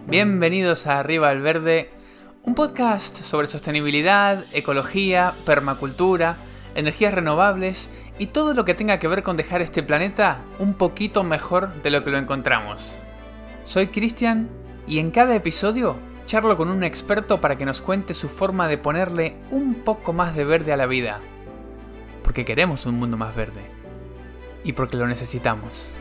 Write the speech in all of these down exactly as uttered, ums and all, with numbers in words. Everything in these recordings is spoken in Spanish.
Bienvenidos a Arriba al Verde, un podcast sobre sostenibilidad, ecología, permacultura, energías renovables y todo lo que tenga que ver con dejar este planeta un poquito mejor de lo que lo encontramos. Soy Cristian y en cada episodio charlo con un experto para que nos cuente su forma de ponerle un poco más de verde a la vida. Porque queremos un mundo más verde y porque lo necesitamos.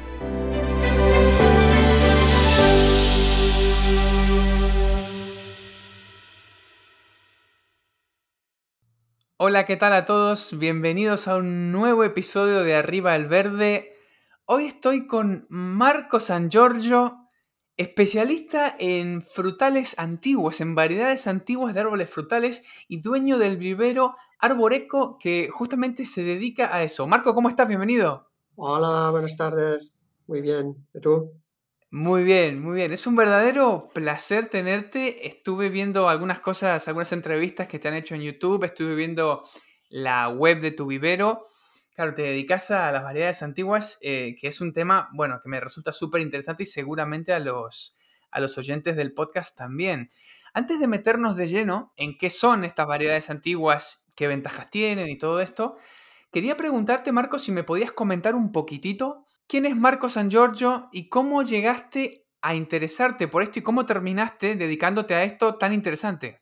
Hola, ¿qué tal a todos? Bienvenidos a un nuevo episodio de Arriba al Verde. Hoy estoy con Marco San Giorgio, especialista en frutales antiguos, en variedades antiguas de árboles frutales y dueño del vivero Arboreco que justamente se dedica a eso. Marco, ¿cómo estás? Bienvenido. Hola, buenas tardes. Muy bien. ¿Y tú? Muy bien, muy bien. Es un verdadero placer tenerte. Estuve viendo algunas cosas, algunas entrevistas que te han hecho en YouTube. Estuve viendo la web de tu vivero. Claro, te dedicas a las variedades antiguas, eh, que es un tema, bueno, que me resulta súper interesante y seguramente a los, a los oyentes del podcast también. Antes de meternos de lleno en qué son estas variedades antiguas, qué ventajas tienen y todo esto, quería preguntarte, Marco, si me podías comentar un poquitito quién es Marco San Giorgio y cómo llegaste a interesarte por esto y cómo terminaste dedicándote a esto tan interesante.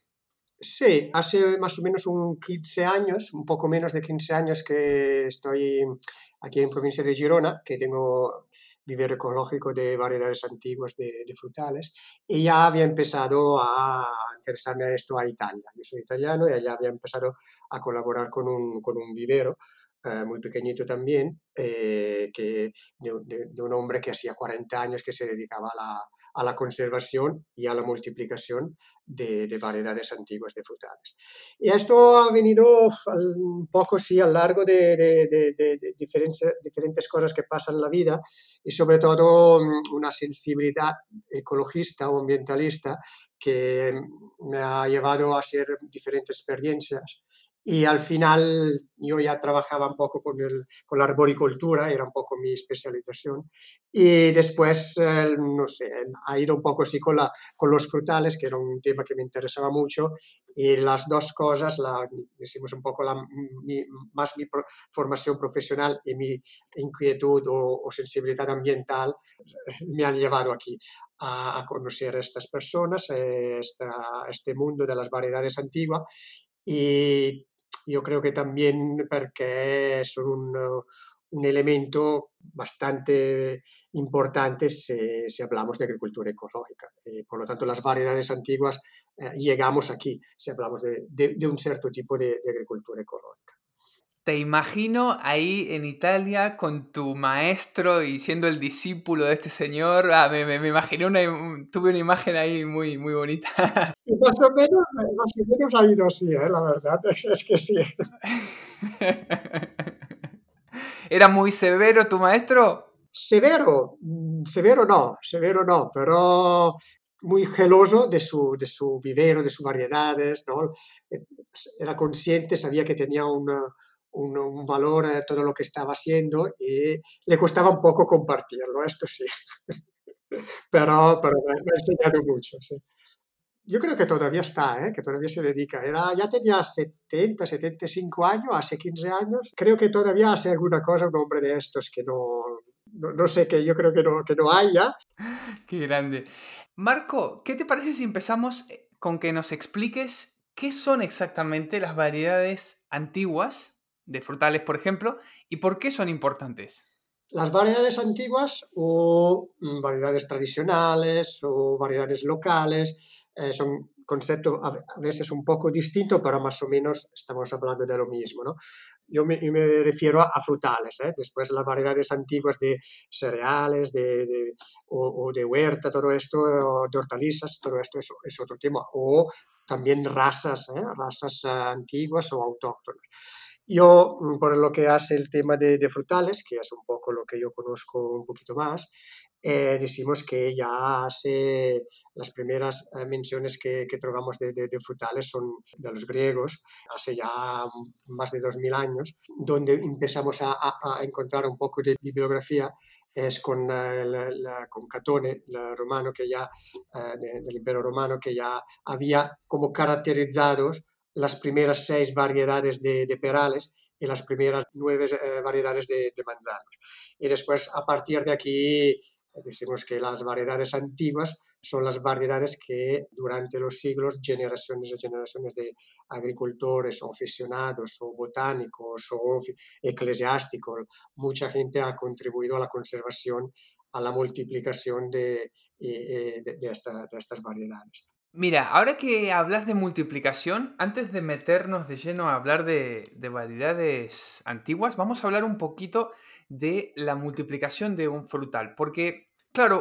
Sí, hace más o menos un quince años, un poco menos de quince años que estoy aquí en provincia de Girona, que tengo vivero ecológico de variedades antiguas de, de frutales, y ya había empezado a interesarme a esto a Italia. Yo soy italiano y allá había empezado a colaborar con un, con un vivero eh, muy pequeñito también, eh, que, de, de- de un hombre que hacía cuarenta años que se dedicaba a la, a la conservación y a la multiplicación de, de variedades antiguas de frutales. Y esto ha venido al- un poco, sí, a lo largo de, de- de- de- de diferentes, diferentes cosas que pasan en la vida y sobre todo mm, una sensibilidad ecologista o ambientalista que me ha llevado a hacer diferentes experiencias. Y al final yo ya trabajaba un poco con, el, con la arboricultura, era un poco mi especialización. Y después, eh, no sé, ha ido un poco así con la, con los frutales, que era un tema que me interesaba mucho, y las dos cosas, la, decimos un poco la, mi, más mi pro, formación profesional y mi inquietud o, o, sensibilidad ambiental, me han llevado aquí a, a conocer a estas personas, eh, esta, este mundo de las variedades antiguas, y yo creo que también porque son un, un elemento bastante importante si, si, hablamos de agricultura ecológica. Eh, por lo tanto, las variedades antiguas eh, llegamos aquí si hablamos de, de, de un cierto tipo de, de agricultura ecológica. Te imagino ahí en Italia con tu maestro y siendo el discípulo de este señor. Ah, me, me, me imaginé una, un- tuve una imagen ahí muy, muy bonita. Y más o menos, más o menos ha ido así, ¿eh? La verdad es, es que sí. ¿Era muy severo tu maestro? Severo, mm, severo no, severo no, pero muy geloso de su, de su vivero, de sus variedades, ¿no? Eh, Era consciente, sabía que tenía una- un, un valor eh, todo lo que estaba haciendo y le costaba un poco compartirlo, esto sí, pero, pero me, me ha enseñado mucho, sí. Yo creo que todavía está, ¿eh? Que todavía se dedica. Era, ya tenía setenta, setenta y cinco años, hace quince años. Creo que todavía hace alguna cosa un hombre de estos que no, no, no sé, que yo creo que no, que no hay ya. Qué grande. Marco, ¿qué te parece si empezamos eh, con que nos expliques qué son exactamente las variedades antiguas de frutales, por ejemplo, y por qué son importantes? Las variedades antiguas o mm, variedades tradicionales o variedades locales eh, son conceptos a a veces un poco distintos, pero más o menos estamos hablando de lo mismo, ¿no? Yo me, yo me refiero a, a frutales, ¿eh? Después las variedades antiguas de cereales de, de- o, o de huerta, todo esto, o de hortalizas, todo esto es, es otro tema. O también razas, ¿eh? Razas eh, antiguas o autóctonas. Yo, mm, por lo que hace el tema de, de frutales, que es un poco lo que yo conozco un poquito más, eh, decimos que ya hace las primeras eh, menciones que, que trovamos de, de- de frutales son de los griegos, hace ya más de dos mil años, donde empezamos a, a- a encontrar un poco de bibliografía es con, eh, la, la, con Catone, el romano que ya, eh, de, del Imperio Romano, que ya había como caracterizados las primeras seis variedades de, de perales y las primeras nueve eh, variedades de, de manzanos. Y después, a partir de aquí, decimos que las variedades antiguas son las variedades que durante los siglos, generaciones y generaciones de agricultores o aficionados o botánicos o eclesiásticos, mucha gente ha contribuido a la conservación, a la multiplicación de, de, de, esta, de estas variedades. Mira, ahora que hablas de multiplicación, antes de meternos de lleno a hablar de, de variedades antiguas, vamos a hablar un poquito de la multiplicación de un frutal. Porque, claro,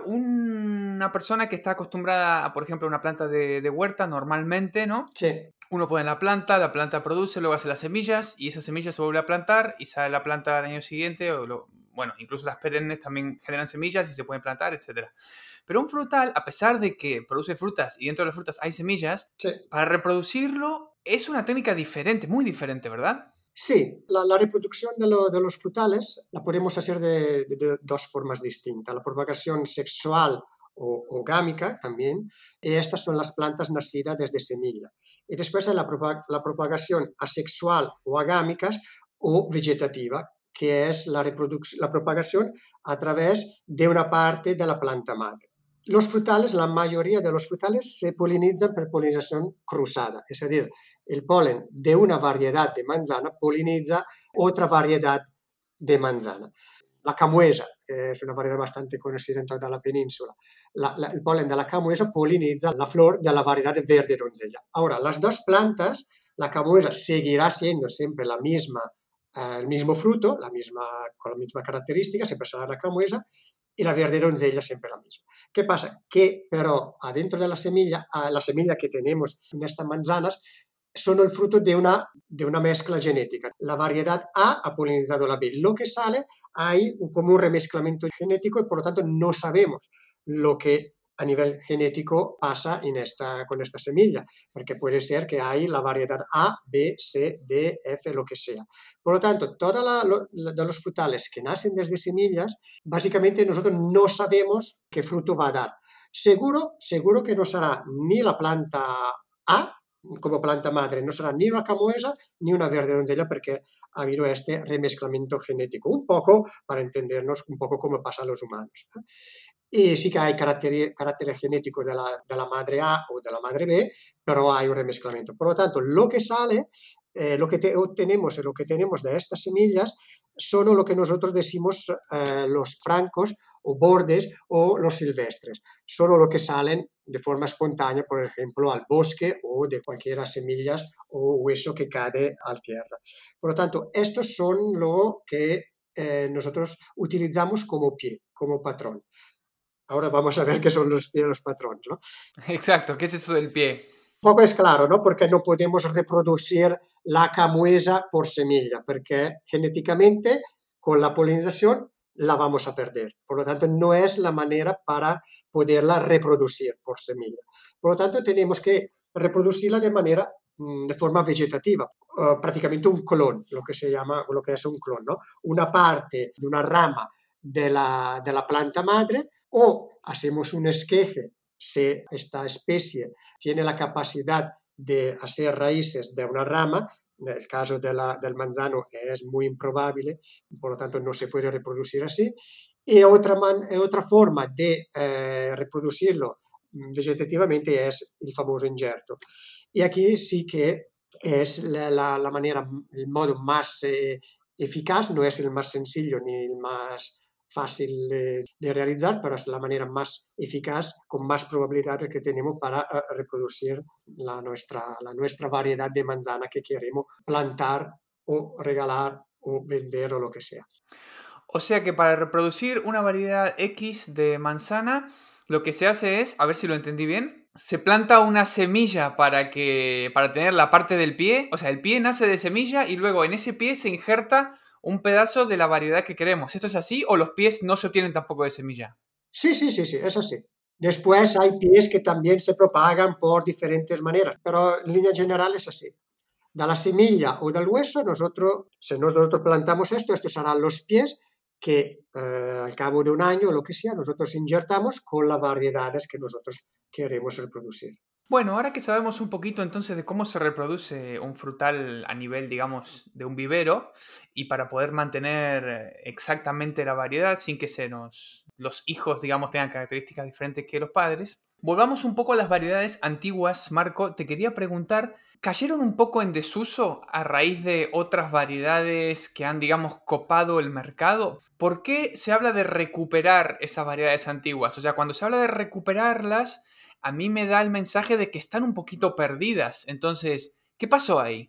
una persona que está acostumbrada a, por ejemplo, una planta de, de huerta normalmente, ¿no? Sí. Uno pone la planta, la planta produce, luego hace las semillas y esa semilla se vuelve a plantar y sale la planta al año siguiente. O lo, bueno, incluso las perennes también generan semillas y se pueden plantar, etcétera. Pero un frutal, a pesar de que produce frutas y dentro de las frutas hay semillas, sí. para reproducirlo es una técnica diferente, muy diferente, ¿verdad? Sí, la, la reproducción de, lo, de, los frutales la podemos hacer de, de, de, dos formas distintas. La propagación sexual o, o gámica también, y estas son las plantas nacidas desde semilla. Y después hay la, la propagación asexual o agámicas o vegetativa, que es la, la propagación a través de una parte de la planta madre. Los frutales, la mayoría de los frutales se polinizan por polinización cruzada, es decir, el polen de una variedad de manzana poliniza otra variedad de manzana. La camuesa, que es una variedad bastante conocida en toda la península, la, la, el polen de la camuesa poliniza la flor de la variedad de verde doncella. Ahora, las dos plantas, la camuesa seguirá siendo siempre la misma, eh, el mismo fruto, la misma, con la misma característica, siempre será la camuesa, y la verde doncella siempre la misma. ¿Qué pasa? Que pero adentro de la semilla, la semilla que tenemos en estas manzanas, son el fruto de una, de una mezcla genética. La variedad A ha polinizado la B. Lo que sale, hay como un remezclamiento genético y por lo tanto no sabemos lo que a nivel genético pasa en esta, con esta semilla, porque puede ser que hay la variedad A, B, C, D, F, lo que sea. Por lo tanto, todos lo, de los frutales que nacen desde semillas, básicamente nosotros no sabemos qué fruto va a dar. Seguro, seguro que no será ni la planta A, como planta madre, no será ni una camuesa ni una verde doncella porque ha habido este remezclamiento genético, un poco para entendernos un poco cómo pasa a los humanos. ¿eh? Y sí que hay carácter, carácter genético de la, de la madre A o de la madre B, pero hay un remezclamiento. Por lo tanto, lo que sale, eh, lo que te, obtenemos y lo que tenemos de estas semillas son lo que nosotros decimos eh, los francos o bordes o los silvestres. Son lo que salen de forma espontánea, por ejemplo, al bosque o de cualquiera semillas o hueso que cae a tierra. Por lo tanto, estos son lo que eh, nosotros utilizamos como pie, como patrón. Ahora vamos a ver qué son los pies los patrones, ¿no? Exacto, ¿qué es eso del pie? Un poco es claro, ¿no? Porque no podemos reproducir la camuesa por semilla, porque genéticamente con la polinización la vamos a perder. Por lo tanto, no es la manera para poderla reproducir por semilla. Por lo tanto, tenemos que reproducirla de manera, de forma vegetativa, uh, prácticamente un clon, lo que se llama, lo que es un clon, ¿no? Una parte de una rama de la, de la planta madre o hacemos un esqueje si esta especie tiene la capacidad de hacer raíces de una rama. En el caso de la, del manzano es muy improbable, por lo tanto no se puede reproducir así. Y otra, man, otra forma de eh, reproducirlo vegetativamente es el famoso injerto. Y aquí sí que es la, la, la manera, el modo más eh, eficaz, no es el más sencillo ni el más fácil de, de, realizar, pero es la manera más eficaz, con más probabilidades que tenemos para uh, reproducir la nuestra, la nuestra variedad de manzana que queremos plantar o regalar o vender o lo que sea. O sea que para reproducir una variedad X de manzana, lo que se hace es, a ver si lo entendí bien, se planta una semilla para, que, para tener la parte del pie, o sea, el pie nace de semilla y luego en ese pie se injerta un pedazo de la variedad que queremos. ¿Esto es así o los pies no se obtienen tampoco de semilla? Sí, sí, sí, sí, es así. Después hay pies que también se propagan por diferentes maneras, pero en línea general es así. De la semilla o del hueso, nosotros, si nosotros plantamos esto, estos serán los pies que eh, al cabo de un año o lo que sea, nosotros injertamos con las variedades que nosotros queremos reproducir. Bueno, ahora que sabemos un poquito entonces de cómo se reproduce un frutal a nivel, digamos, de un vivero, y para poder mantener eh, exactamente la variedad sin que se nos, los hijos, digamos, tengan características diferentes que los padres, volvamos un poco a las variedades antiguas, Marco. Te quería preguntar, ¿cayeron un poco en desuso a raíz de otras variedades que han, digamos, copado el mercado? ¿Por qué se habla de recuperar esas variedades antiguas? O sea, cuando se habla de recuperarlas, a mí me da el mensaje de que están un poquito perdidas. Entonces, ¿qué pasó ahí?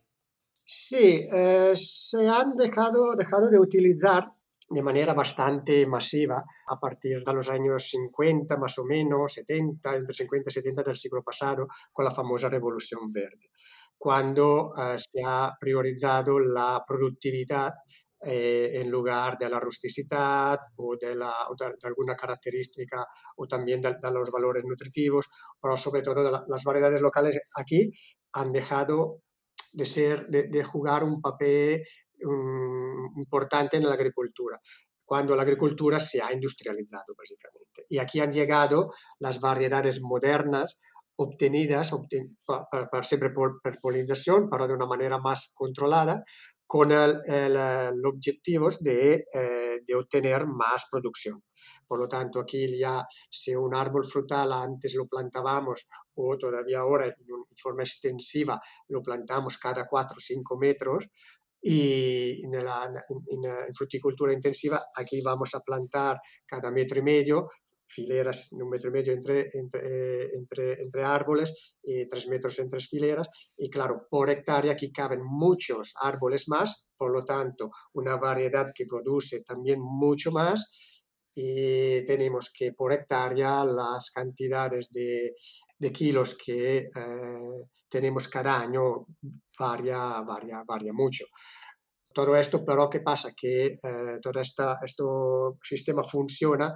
Sí, eh, se han dejado, dejado de utilizar de manera bastante masiva a partir de los años cincuenta más o menos, setenta, entre cincuenta y setenta del siglo pasado, con la famosa Revolución Verde, cuando eh, se ha priorizado la productividad eh, en lugar de la rusticidad o de, la, o de, de alguna característica o también de, de, los valores nutritivos, pero sobre todo de la, las variedades locales aquí han dejado de, ser, de, de jugar un papel um, importante en la agricultura, cuando la agricultura se ha industrializado básicamente. Y aquí han llegado las variedades modernas obtenidas obten pa, pa, pa, siempre por, por polinización, pero de una manera más controlada, con el, el, el objetivo de, eh, de obtener más producción. Por lo tanto, aquí ya, si un árbol frutal antes lo plantábamos o todavía ahora en forma extensiva lo plantamos cada cuatro o cinco metros, y en, la, en, en, fruticultura intensiva aquí vamos a plantar cada metro y medio, fileras de un metro y medio entre, entre, entre, entre árboles y tres metros en tres fileras, y claro, por hectárea aquí caben muchos árboles más, por lo tanto, una variedad que produce también mucho más, y tenemos que por hectárea las cantidades de, de kilos que eh, tenemos cada año varia, varia, varia mucho. Todo esto, pero ¿qué pasa? Que eh, todo esta, este sistema funciona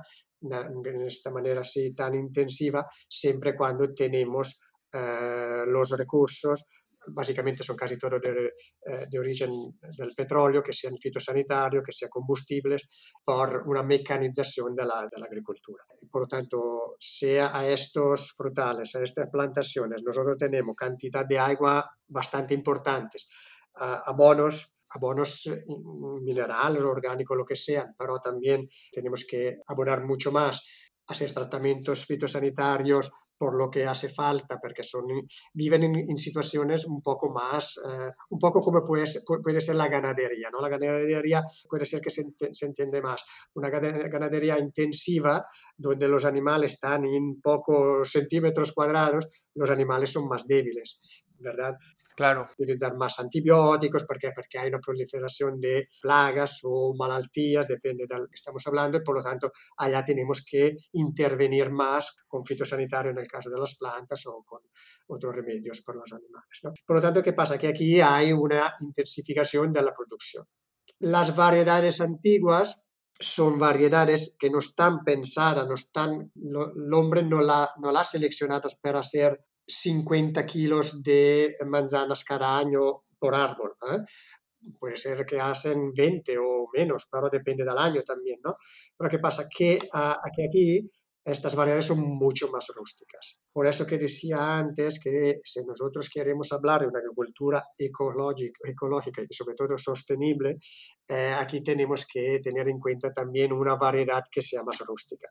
de esta manera así tan intensiva siempre cuando tenemos eh, los recursos, básicamente son casi todos de, eh, de, origen del petróleo, que sean fitosanitarios, que sean combustibles, por una mecanización de la, de la agricultura. Por lo tanto, sea a estos frutales, a estas plantaciones, nosotros tenemos cantidad de agua bastante importantes, uh, abonos, abonos minerales, orgánicos, lo que sean, pero también tenemos que abonar mucho más, hacer tratamientos fitosanitarios por lo que hace falta, porque son, viven en, en situaciones un poco más, eh, un poco como puede ser, puede ser la ganadería, ¿no? La ganadería puede ser que se, se entiende más, una ganadería intensiva donde los animales están en pocos centímetros cuadrados, los animales son más débiles, ¿verdad? Claro. Utilizar más antibióticos, ¿por qué? Porque hay una proliferación de plagas o malaltías, depende de lo que estamos hablando, y por lo tanto allá tenemos que intervenir más con fitosanitario en el caso de las plantas o con otros remedios por los animales, ¿no? Por lo tanto, ¿qué pasa? Que aquí hay una intensificación de la producción. Las variedades antiguas son variedades que no están pensadas, no están, lo, el hombre no la, no la ha seleccionado para hacer cincuenta kilos de manzanas cada año por árbol, ¿eh? Puede ser que hacen veinte o menos, claro, depende del año también, ¿no? Pero ¿qué pasa? Que, a, que aquí estas variedades son mucho más rústicas. Por eso que decía antes que si nosotros queremos hablar de una agricultura ecológica, ecológica y sobre todo sostenible, eh, aquí tenemos que tener en cuenta también una variedad que sea más rústica.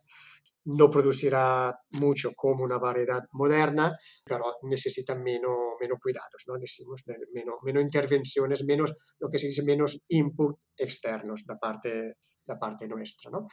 No producirá mucho como una variedad moderna, pero necesita menos, menos cuidados, ¿no? Decimos, menos, menos intervenciones, menos, lo que se dice, menos input externos da parte, da parte nuestra, ¿no?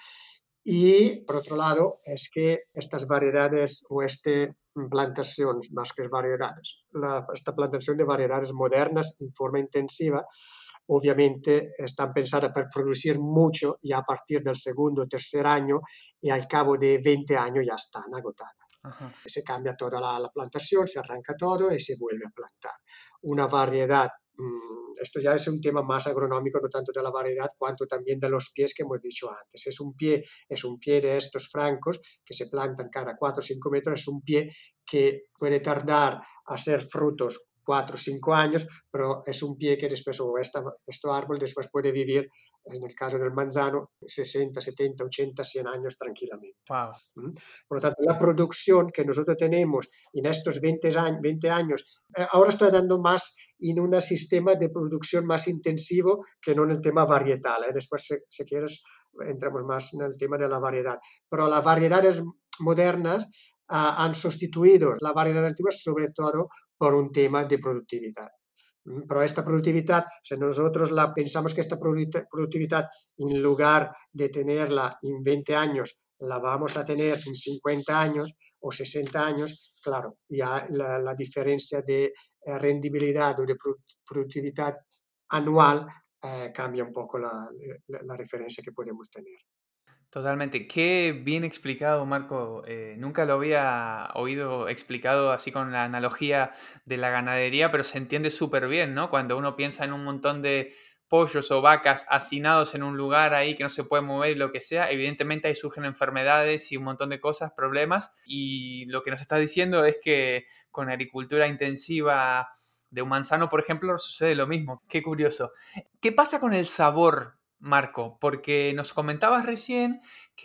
Y por otro lado, es que estas variedades o esta plantación, más que variedades, la, esta plantación de variedades modernas en forma intensiva, obviamente están pensadas para producir mucho y a partir del segundo o tercer año y al cabo de veinte años ya están agotadas. Ajá. Se cambia toda la, la plantación, se arranca todo y se vuelve a plantar. Una variedad, mmm, esto ya es un tema más agronómico, no tanto de la variedad, cuanto también de los pies que hemos dicho antes. Es un pie, es un pie de estos francos que se plantan cada cuatro o cinco metros, es un pie que puede tardar a ser frutos cuatro o cinco años, pero es un pie que después, o esta, este árbol después puede vivir, en el caso del manzano, sesenta, setenta, ochenta, cien años tranquilamente. Wow. ¿Mm? Por lo tanto, la producción que nosotros tenemos en estos veinte años, veinte años eh, ahora estoy dando más en un sistema de producción más intensivo que no en el tema varietal. ¿eh? Después, si, si quieres, entramos más en el tema de la variedad. Pero las variedades modernas ah, han sustituido las variedades antiguas sobre todo por un tema de productividad. Pero esta productividad, si nosotros la pensamos que esta productividad, en lugar de tenerla en veinte años, la vamos a tener en cincuenta años o sesenta años, claro, ya la, la diferencia de eh, rendibilidad o de productividad anual eh, cambia un poco la, la, la referencia que podemos tener. Totalmente. Qué bien explicado, Marco. Eh, nunca lo había oído explicado así con la analogía de la ganadería, pero se entiende súper bien, ¿no? Cuando uno piensa en un montón de pollos o vacas hacinados en un lugar ahí que no se puede mover y lo que sea, evidentemente ahí surgen enfermedades y un montón de cosas, problemas. Y lo que nos está diciendo es que con agricultura intensiva de un manzano, por ejemplo, sucede lo mismo. Qué curioso. ¿Qué pasa con el sabor, Marco? Porque nos comentabas recién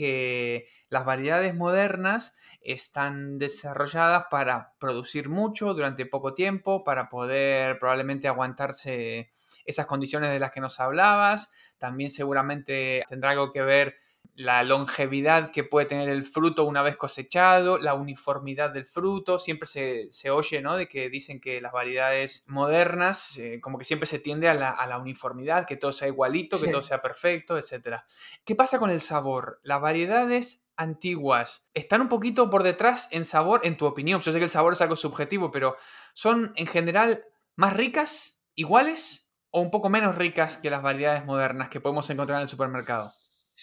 que las variedades modernas están desarrolladas para producir mucho durante poco tiempo, para poder probablemente aguantarse esas condiciones de las que nos hablabas. También seguramente tendrá algo que ver la longevidad que puede tener el fruto una vez cosechado, la uniformidad del fruto. Siempre se, se oye, ¿no? De que dicen que las variedades modernas, eh, como que siempre se tiende a la, a la uniformidad, que todo sea igualito, que Sí. todo sea perfecto, etcétera. ¿Qué pasa con el sabor? Las variedades antiguas están un poquito por detrás en sabor, en tu opinión. Yo sé que el sabor es algo subjetivo, pero ¿son en general más ricas, iguales o un poco menos ricas que las variedades modernas que podemos encontrar en el supermercado?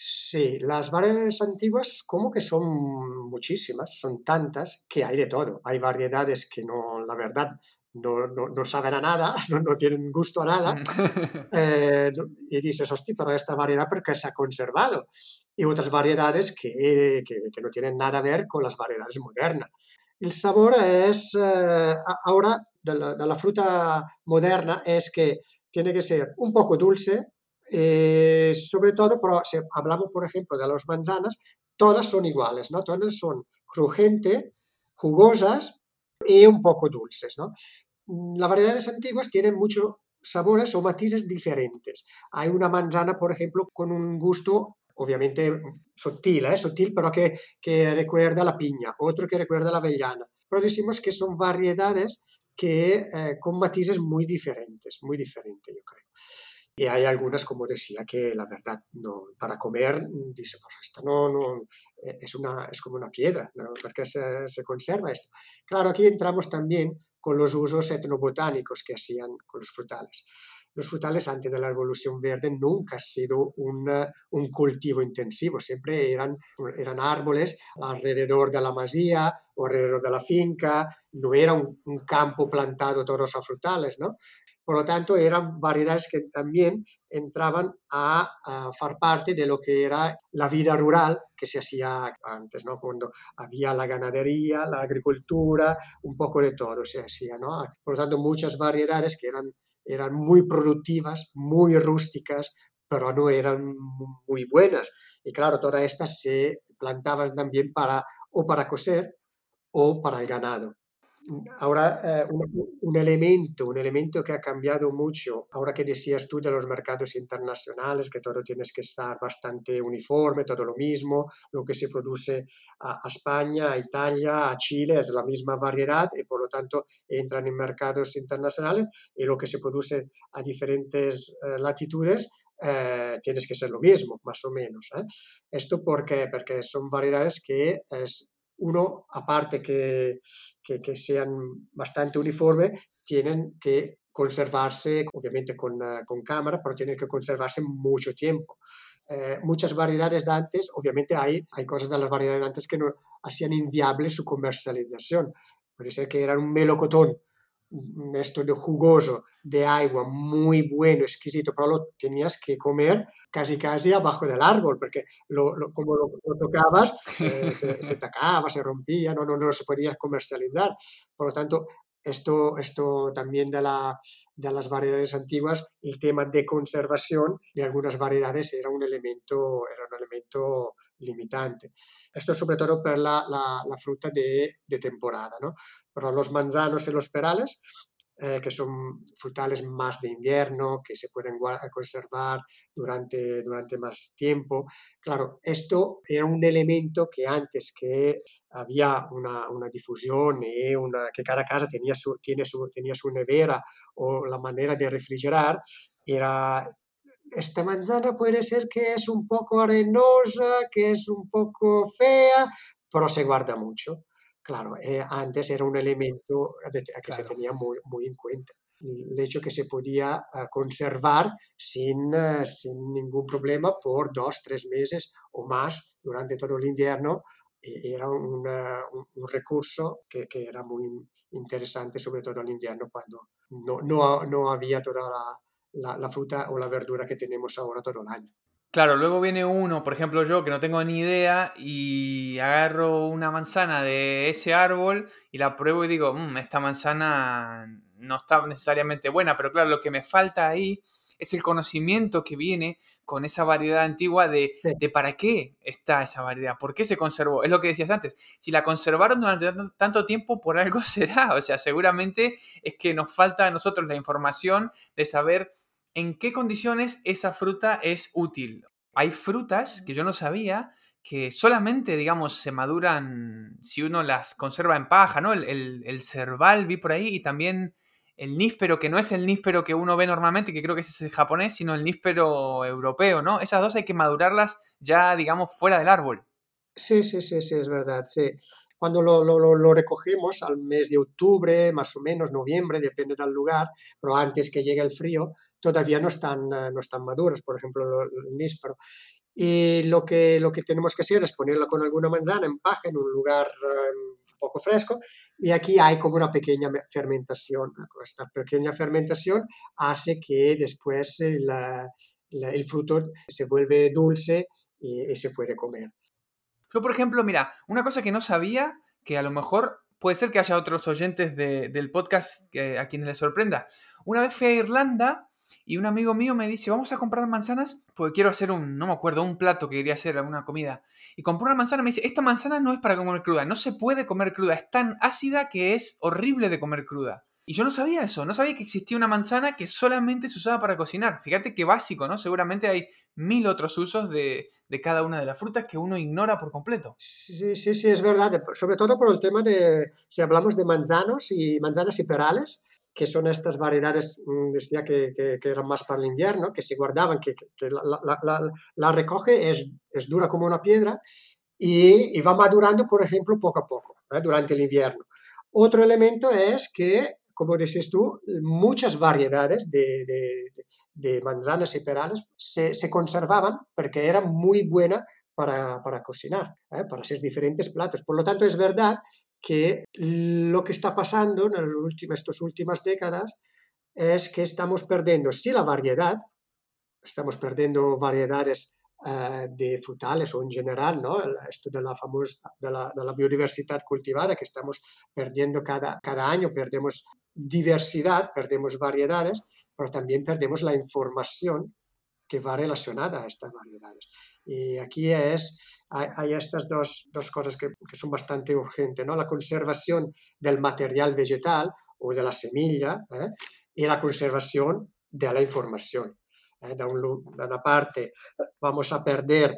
Sí, las variedades antiguas como que son muchísimas, son tantas que hay de todo. Hay variedades que no, la verdad, no, no, no saben a nada, no, no tienen gusto a nada, eh, no- y dices, hostia, pero esta variedad porque se ha conservado. Y otras variedades que, que, que no tienen nada a ver con las variedades modernas. El sabor es, eh, a- ahora, de la, de la fruta moderna, es que tiene que ser un poco dulce, eh, sobre todo, pero si hablamos, por ejemplo, de las manzanas, todas son iguales, ¿no? Todas son crujientes, jugosas y un poco dulces, ¿no? Mm, Las variedades antiguas tienen muchos sabores o matices diferentes. Hay una manzana, por ejemplo, con un gusto obviamente mm, sutil, ¿eh? Sutil, pero que, que recuerda la piña, otro que recuerda la avellana. Pero decimos que son variedades que eh, con matices muy diferentes, muy diferentes, yo creo. Y hay algunas, como decía, que la verdad, no, para comer, mm, dice, pues esta no, no, eh, es, una, es como una piedra, ¿no? Porque se, se conserva esto. Claro, aquí entramos también con los usos etnobotánicos que hacían con los frutales. Los frutales antes de la Revolución Verde nunca ha sido un, eh, un cultivo intensivo, siempre eran, eran árboles alrededor de la masía o alrededor de la finca, no era un, un campo plantado todos a frutales, ¿no? Por lo tanto, eran variedades que también entraban a, a far parte de lo que era la vida rural que se hacía antes, ¿no? Cuando había la ganadería, la agricultura, un poco de todo se hacía, ¿no? Por lo tanto, muchas variedades que eran, eran muy productivas, muy rústicas, pero no eran muy buenas. Y claro, todas estas se plantaban también para, o para coser o para el ganado. Ahora, eh, un, un elemento, un elemento que ha cambiado mucho, ahora que decías tú de los mercados internacionales, que todo tienes que estar bastante uniforme, todo lo mismo, lo que se produce a, a España, a Italia, a Chile es la misma variedad y por lo tanto entran en mercados internacionales y lo que se produce a diferentes eh, latitudes eh, tienes que ser lo mismo, más o menos. ¿eh? Esto porque, porque son variedades que es, uno, aparte que, que, que, sean bastante uniformes, tienen que conservarse, obviamente con, uh, con cámara, pero tienen que conservarse mucho tiempo. Eh, muchas variedades de antes, obviamente hay, hay cosas de las variedades de antes que no hacían inviable su comercialización. Puede ser que era un melocotón, esto de jugoso, de agua, muy bueno, exquisito, pero lo tenías que comer casi casi abajo del árbol, porque lo, lo, como lo, lo tocabas, se, se, se, tacaba, se rompía, no, no, no se podía comercializar. Por lo tanto, Esto, esto también de, la, de las variedades antiguas, el tema de conservación de algunas variedades era un elemento, era un elemento limitante. Esto sobre todo para la, la, la fruta de, de temporada, ¿no? Pero los manzanos y los perales eh, que son frutales más de invierno, que se pueden conservar durante, durante más tiempo. Claro, esto era un elemento que antes que había una, una difusión y una, que cada casa tenía su, tiene su, tenía su nevera o la manera de refrigerar, era esta manzana puede ser que es un poco arenosa, que es un poco fea, pero se guarda mucho. Claro, eh, antes era un elemento de- que se Claro. tenía muy, muy en cuenta. El hecho que se podía eh, conservar sin, eh, sin ningún problema por dos, tres meses o más durante todo el invierno, eh, era una- un, un recurso que, que era muy interesante, sobre todo al invierno, cuando no, no, no había toda la, la, la fruta o la verdura que tenemos ahora todo el año. Claro, luego viene uno, por ejemplo yo, que no tengo ni idea, y agarro una manzana de ese árbol y la pruebo y digo, "Mm, esta manzana no está necesariamente buena", pero claro, lo que me falta ahí es el conocimiento que viene con esa variedad antigua de, Sí, de para qué está esa variedad, por qué se conservó. Es lo que decías antes, si la conservaron durante tanto, tanto tiempo, por algo será, o sea, seguramente es que nos falta a nosotros la información de saber en qué condiciones esa fruta es útil. Hay frutas que yo no sabía que solamente, digamos, se maduran si uno las conserva en paja, ¿no? El, el, el cerval vi por ahí y también el níspero, que no es el níspero que uno ve normalmente, que creo que ese es el japonés, sino el níspero europeo, ¿no? Esas dos hay que madurarlas ya, digamos, fuera del árbol. sí, sí, sí, sí, es verdad, sí. Cuando lo, lo, lo, lo recogemos al mes de octubre, más o menos, noviembre, depende del lugar, pero antes que llegue el frío, todavía no están, eh, no están maduros, por ejemplo, lo- el níspero. Y lo que, lo que tenemos que hacer es ponerla con alguna manzana en paja en un lugar eh, un poco fresco y aquí hay como una pequeña me- fermentación. Esta pequeña fermentación hace que después el, la- la- el fruto se vuelve dulce y, y se puede comer. Yo, por ejemplo, mira, una cosa que no sabía, que a lo mejor puede ser que haya otros oyentes de- del podcast que, a quienes les sorprenda. Una vez fui a Irlanda y un amigo mío me dice, vamos a comprar manzanas porque quiero hacer un, no me acuerdo, un plato que quería hacer, alguna comida. Y compró una manzana y me dice, esta manzana no es para comer cruda, no se puede comer cruda, es tan ácida que es horrible de comer cruda. Y yo no sabía eso, no sabía que existía una manzana que solamente se usaba para cocinar. Fíjate qué básico, ¿no? Seguramente hay mil otros usos de, de cada una de las frutas que uno ignora por completo. Sí, sí, sí, es verdad, de- sobre todo por el tema de, si hablamos de manzanos y manzanas y perales, que son estas variedades, mm, decía que, que- que eran más para el invierno, que se guardaban, que, que- que la, la- la- la recoge, es, es dura como una piedra y, y va madurando, por ejemplo, poco a poco, ¿eh? Durante el invierno. Otro elemento es que, como dices tú, muchas variedades de, de- de- de manzanas y perales se, se conservaban porque eran muy buenas para, para cocinar, ¿eh? Para hacer diferentes platos. Por lo tanto, es verdad que lo que está pasando en las últimas, estas últimas décadas es que estamos perdiendo, sí, la variedad, estamos perdiendo variedades eh, de frutales o en general, ¿no? Esto de la famosa, de la, de la biodiversidad cultivada, que estamos perdiendo cada, cada año, perdemos diversidad, perdemos variedades, pero también perdemos la información que va relacionada a estas variedades. Y aquí es, hay, hay estas dos, dos cosas que, que, son bastante urgentes, ¿no? La conservación del material vegetal o de la semilla ¿eh? Y la conservación de la información. Eh? Da, un, da una parte vamos a perder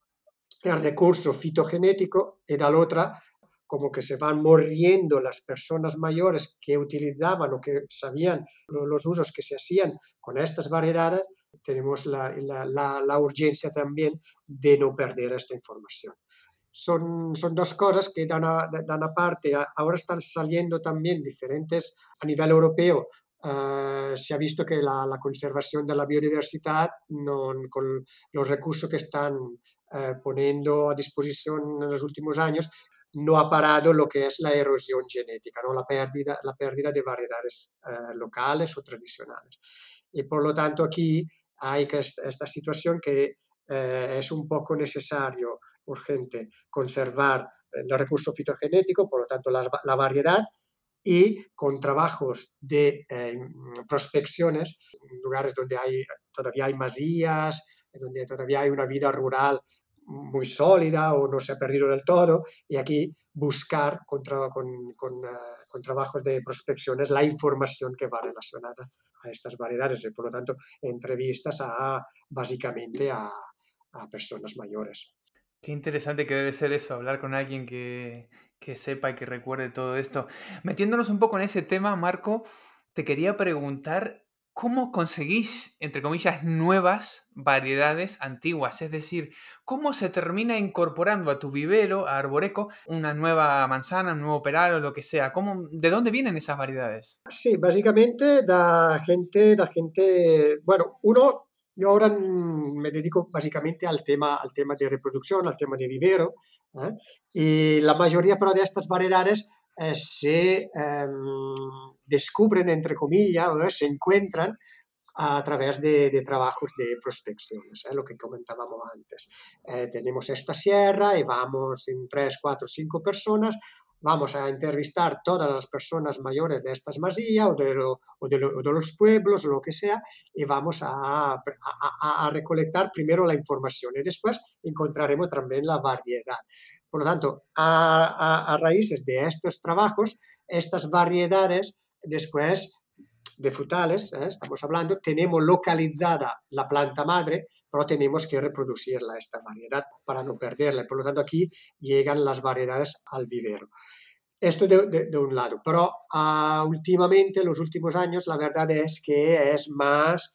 el recurso fitogenético y dall'altra como que se van muriendo las personas mayores que utilizaban o que sabían los usos que se hacían con estas variedades, tenemos la, la, la, la urgencia también de no perder esta información. Son, son, dos cosas que dan a, dan aparte. Ahora están saliendo también diferentes a nivel europeo. Uh, se ha visto que la, la, conservación de la biodiversidad, no, con los recursos que están uh, poniendo a disposición en los últimos años, no ha parado lo que es la erosión genética, ¿no? la, pérdida, la pérdida de variedades uh, locales o tradicionales. Y por lo tanto aquí hay que esta, esta situación que eh, es un poco necesario, urgente, conservar el recurso fitogenético, por lo tanto la, la variedad, y con trabajos de eh, prospecciones, en lugares donde hay, todavía hay masías, donde todavía hay una vida rural muy sólida o no se ha perdido del todo, y aquí buscar con, tra- con, con, uh, con trabajos de prospecciones la información que va relacionada a estas variedades y por lo tanto entrevistas a básicamente a, a personas mayores. Qué interesante que debe ser eso, hablar con alguien que, que sepa y que recuerde todo esto. Metiéndonos un poco en ese tema, Marco, te quería preguntar cómo conseguís, entre comillas, nuevas variedades antiguas. Es decir, cómo se termina incorporando a tu vivero, a Arboreco, una nueva manzana, un nuevo peral o lo que sea. ¿Cómo, ¿De dónde vienen esas variedades? Sí, básicamente da gente, da gente, bueno, uno, yo ahora mm, me dedico básicamente al tema, al tema de reproducción, al tema de vivero, ¿eh? Y la mayoría pero de estas variedades eh, se em, descubren, entre comillas, ¿eh? Se encuentran a través de, de trabajos de prospecciones, ¿eh? Lo que comentábamos antes. Eh, tenemos esta sierra y vamos en tres, cuatro, cinco personas, vamos a entrevistar todas las personas mayores de estas masías o de, lo, o de, lo, o de los pueblos o lo que sea y vamos a, a, a, recolectar primero la información y después encontraremos también la variedad. Por lo tanto, a, a, a raíces de estos trabajos, estas variedades después de frutales, ¿eh? Estamos hablando, tenemos localizada la planta madre, pero tenemos que reproducirla, esta variedad, para no perderla. Y por lo tanto, aquí llegan las variedades al vivero. Esto de, de, de un lado, pero uh, últimamente, en los últimos años, la verdad es que es más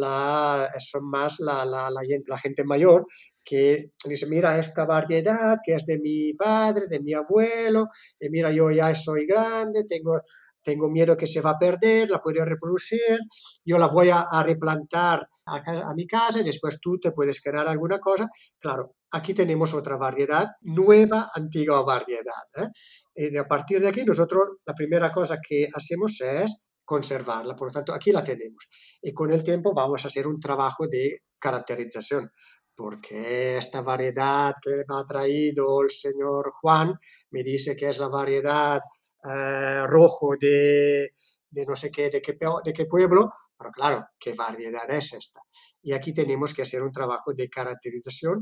la, son más la, la, la, la gente mayor que dice, mira esta variedad que es de mi padre, de mi abuelo, y mira yo ya soy grande, tengo, tengo miedo que se va a perder, la puedo reproducir, yo la voy a, a replantar a, a, mi casa y después tú te puedes quedar alguna cosa. Claro, aquí tenemos otra variedad, nueva, antigua variedad. ¿eh? Y a partir de aquí nosotros la primera cosa que hacemos es conservarla, por lo tanto aquí la tenemos. Y con el tiempo vamos a hacer un trabajo de caracterización, porque esta variedad que me ha traído el señor Juan me dice que es la variedad eh, rojo de, de, no sé qué, de qué, de qué pueblo, pero claro, ¿qué variedad es esta? Y aquí tenemos que hacer un trabajo de caracterización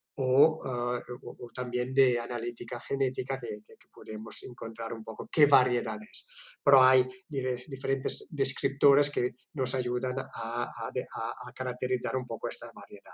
o, uh, o, o, también de analítica genética que, que, que, podemos encontrar un poco qué variedades. Pero hay diferentes descriptores que nos ayudan a, a, a, a caracterizar un poco esta variedad.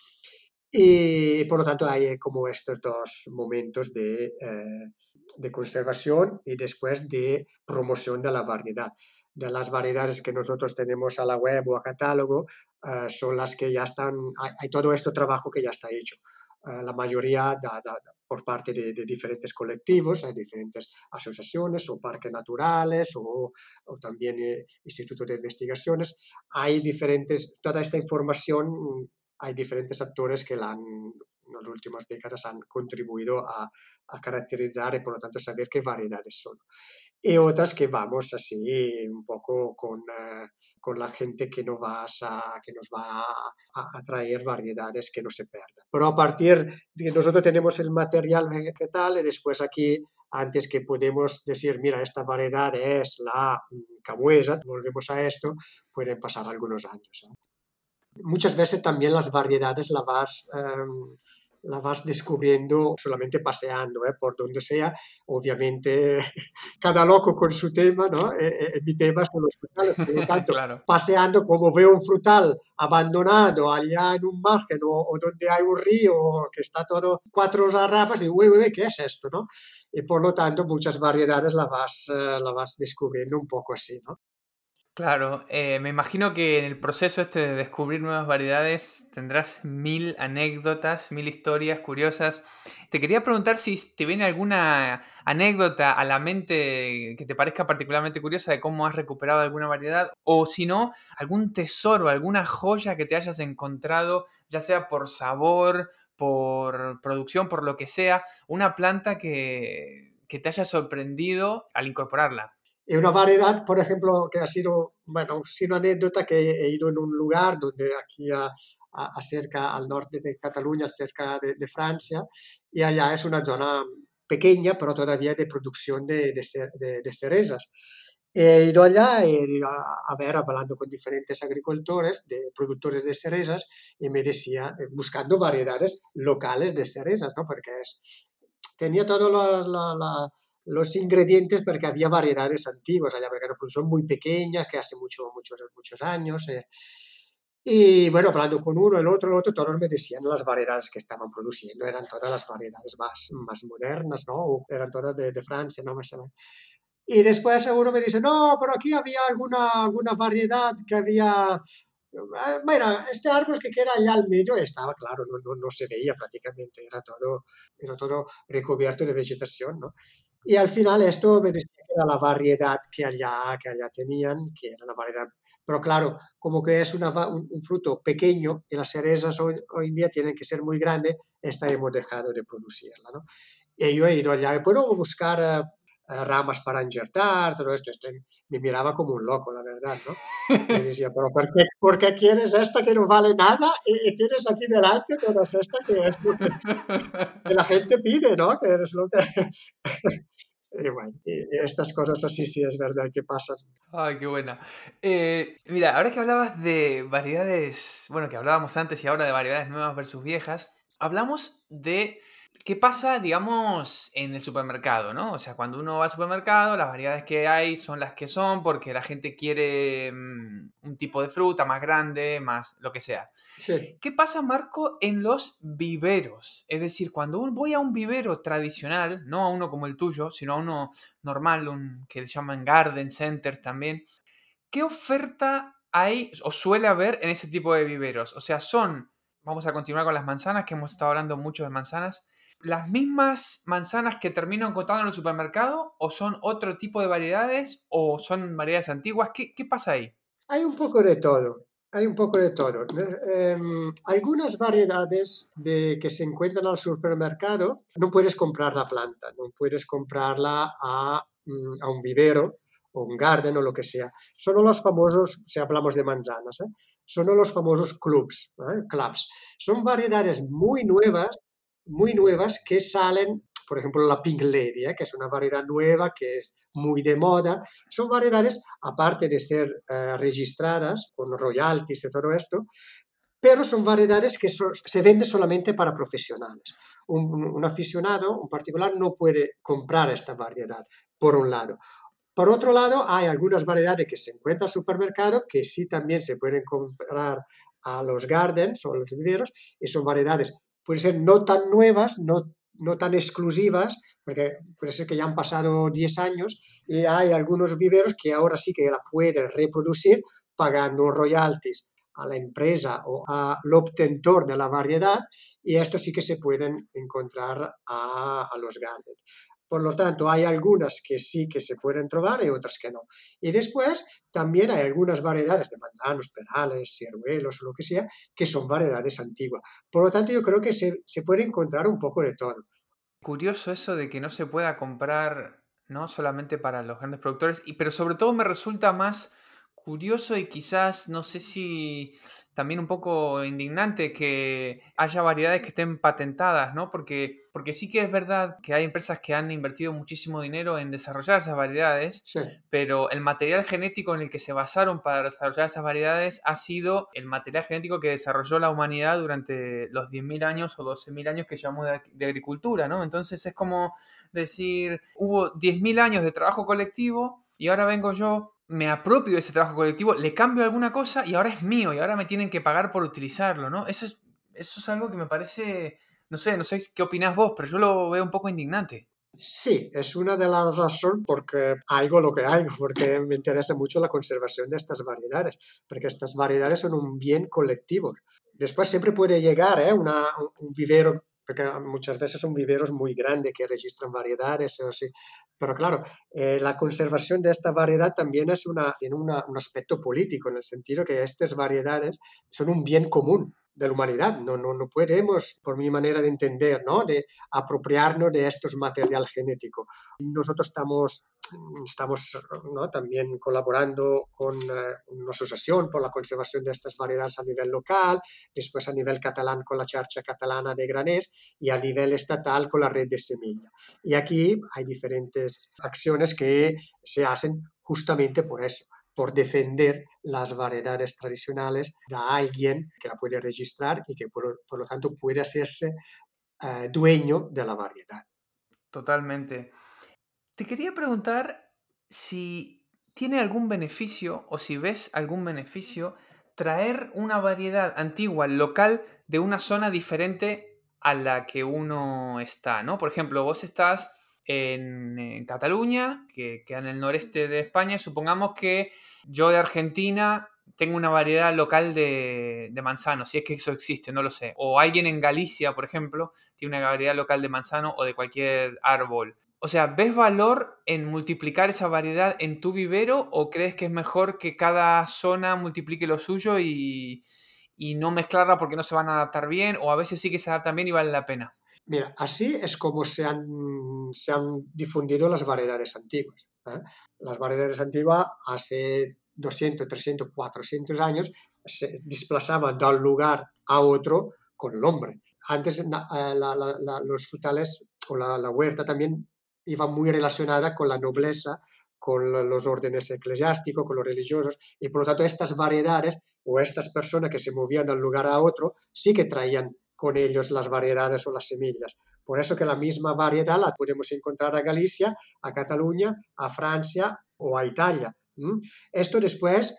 Y por lo tanto hay como estos dos momentos de, eh, de conservación y después de promoción de la variedad. De las variedades que nosotros tenemos a la web o a catálogo, uh, son las que ya están, hay, hay, todo este trabajo que ya está hecho. Uh, la mayoría da, da, da por parte de, de, diferentes colectivos, hay diferentes asociaciones o parques naturales o, o también eh, institutos de investigaciones. Hay diferentes, toda esta información, hay diferentes actores que la han, en las últimas décadas han contribuido a, a caracterizar y por lo tanto saber qué variedades son. Y otras que vamos así un poco con, uh, con la gente que nos, vas a, que nos va a, a, traer variedades que no se pierdan. Pero a partir de que nosotros tenemos el material vegetal y después aquí, antes que podemos decir, mira, esta variedad es la camuesa, volvemos a esto, pueden pasar algunos años. ¿eh? Muchas veces también las variedades la vas, eh, la vas descubriendo solamente paseando, ¿eh? Por donde sea. Obviamente, cada loco con su tema, ¿no? Eh, eh, mi tema son los frutales, por lo tanto, Claro. paseando, como veo un frutal abandonado allá en un margen o, o donde hay un río que está todo cuatro ramas, y digo, uy, uy, ¿qué es esto, no? Y por lo tanto, muchas variedades la vas, eh, la vas descubriendo un poco así, ¿no? Claro, eh, me imagino que en el proceso este de descubrir nuevas variedades tendrás mil anécdotas, mil historias curiosas. Te quería preguntar si te viene alguna anécdota a la mente que te parezca particularmente curiosa de cómo has recuperado alguna variedad, o si no, algún tesoro, alguna joya que te hayas encontrado, ya sea por sabor, por producción, por lo que sea, una planta que, que te haya sorprendido al incorporarla. Y una variedad, por ejemplo, que ha sido, bueno, sí una anécdota que he ido en un lugar donde aquí a, a, a cerca al norte de Cataluña, cerca de, de, Francia, y allá es una zona pequeña, pero todavía de producción de, de, ce- de- de cerezas. He ido allá, he ido a, a ver, hablando con diferentes agricultores, de productores de cerezas, y me decía, eh, buscando variedades locales de cerezas, ¿no? Porque es, tenía todos los, la- la- los ingredientes porque había variedades antiguas allá, porque pues, son muy pequeñas, que hace mucho, muchos, muchos años. eh. Y bueno, hablando con uno, el otro, el otro, todos me decían las variedades que estaban produciendo, eran todas las variedades más, más modernas, ¿no? Eran todas de, de Francia, ¿no? Más o menos. Y después uno me dice, no, pero aquí había alguna, alguna variedad que había... Ah, mira, este árbol que queda allá al medio estaba, claro, no, no, no se veía prácticamente, era todo, era todo recubierto de vegetación, ¿no? Y al final esto me decía que era la variedad que allá, que allá tenían, que era la variedad. Pero claro, como que es una va- un, un fruto pequeño y las cerezas hoy, hoy en día tienen que ser muy grandes, esta hemos dejado de producirla, ¿no? Y yo he ido allá, y puedo buscar eh, eh, ramas para injertar, todo esto. Este, me miraba como un loco, la verdad, ¿no? Y decía, pero ¿por qué, por qué quieres esta que no vale nada y, y tienes aquí delante todas estas que es lo que, que la gente pide, ¿no? Que es lo que... Y bueno, y y estas cosas así sí es verdad que pasan. Ay, qué buena. Eh, mira, ahora que hablabas de variedades, bueno, que hablábamos antes y ahora de variedades nuevas versus viejas, hablamos de qué pasa, digamos, en el supermercado, ¿no? O sea, cuando uno va al supermercado, las variedades que hay son las que son porque la gente quiere mm, un tipo de fruta más grande, más lo que sea. Sí. ¿Qué pasa, Marco, en los viveros? Es decir, cuando un- voy a un vivero tradicional, no a uno como el tuyo, sino a uno normal, un, que le llaman garden center también, ¿qué oferta hay o suele haber en ese tipo de viveros? O sea, son, vamos a continuar con las manzanas, que hemos estado hablando mucho de manzanas, ¿las mismas manzanas que termino encontrando en el supermercado o son otro tipo de variedades o son variedades antiguas? ¿Qué, qué pasa ahí? Hay un poco de todo, hay un poco de todo. Eh, em, algunas variedades de, que se encuentran al supermercado, no puedes comprar la planta, no puedes comprarla a, mm, a un vivero o un garden o lo que sea. Son los famosos, si hablamos de manzanas, ¿eh? Son los famosos clubs, ¿eh? Clubs. Son variedades muy nuevas, muy nuevas que salen, por ejemplo, la Pink Lady, ¿eh? Que es una variedad nueva, que es muy de moda. Son variedades, aparte de ser eh, registradas con royalties y todo esto, pero son variedades que so- se venden solamente para profesionales. Un, un- un aficionado, un particular, no puede comprar esta variedad, por un lado. Por otro lado, hay algunas variedades que se encuentran en el supermercado que sí también se pueden comprar a los gardens o a los viveros, y son variedades, pueden ser no tan nuevas, no, no tan exclusivas, porque puede ser que ya han pasado diez años y hay algunos viveros que ahora sí que la pueden reproducir pagando royalties a la empresa o al obtentor de la variedad, y esto sí que se pueden encontrar a, a los gardens. Por lo tanto, hay algunas que sí que se pueden trobar y otras que no. Y después también hay algunas variedades de manzanos, perales, ciruelos o lo que sea, que son variedades antiguas. Por lo tanto, yo creo que se, se puede encontrar un poco de todo. Curioso eso de que no se pueda comprar, ¿no? Solamente para los grandes productores, y, pero sobre todo me resulta más curioso y quizás, no sé si también un poco indignante que haya variedades que estén patentadas, ¿no? Porque, porque sí que es verdad que hay empresas que han invertido muchísimo dinero en desarrollar esas variedades, Sí, pero el material genético en el que se basaron para desarrollar esas variedades ha sido el material genético que desarrolló la humanidad durante los diez mil años o doce mil años que llevamos de, de agricultura, ¿no? Entonces es como decir, hubo diez mil años de trabajo colectivo y ahora vengo yo, me apropio de ese trabajo colectivo, le cambio alguna cosa y ahora es mío y ahora me tienen que pagar por utilizarlo, ¿no? Eso es, eso es algo que me parece, no sé, no sé qué opinás vos, pero yo lo veo un poco indignante. sí, es una de las razones porque hago lo que hago, porque me interesa mucho la conservación de estas variedades, porque estas variedades son un bien colectivo. Después siempre puede llegar ¿eh? Una, un vivero, porque muchas veces son viveros muy grandes que registran variedades, o así. Pero claro, eh, la conservación de esta variedad también es una, tiene una, un aspecto político, en el sentido que estas variedades son un bien común. de la humanidad. No, no, no podemos, por mi manera de entender, ¿no? De apropiarnos de estos material genético. Nosotros estamos, estamos ¿no? también colaborando con eh, una asociación por la conservación de estas variedades a nivel local, después a nivel catalán con la Xarxa Catalana de Graners y a nivel estatal con la red de semilla. Y aquí hay diferentes acciones que se hacen justamente por eso, por defender las variedades tradicionales de alguien que la puede registrar y que por, por lo tanto puede hacerse eh, dueño de la variedad. Totalmente. Te quería preguntar si tiene algún beneficio o si ves algún beneficio traer una variedad antigua local de una zona diferente a la que uno está, ¿no? Por ejemplo, vos estás en, en Cataluña, que queda en el noreste de España, supongamos que yo de Argentina tengo una variedad local de, de manzano, si es que eso existe, no lo sé. O alguien en Galicia, por ejemplo, tiene una variedad local de manzano o de cualquier árbol. O sea, ¿ves valor en multiplicar esa variedad en tu vivero o crees que es mejor que cada zona multiplique lo suyo y, y no mezclarla porque no se van a adaptar bien o a veces sí que se adaptan bien y vale la pena? Mira, así es como se han, se han difundido las variedades antiguas. ¿eh? Las variedades antiguas hace doscientos, trescientos, cuatrocientos años se desplazaban de un lugar a otro con el hombre. Antes na- eh, la- la- la- los frutales o la, la huerta también iba muy relacionada con la nobleza, con lo- los órdenes eclesiásticos, con los religiosos, y por lo tanto estas variedades o estas personas que se movían de un lugar a otro sí que traían con ellos las variedades o las semillas. Por eso que la misma variedad la podemos encontrar a Galicia, a Cataluña, a Francia o a Italia. ¿Mm? Esto después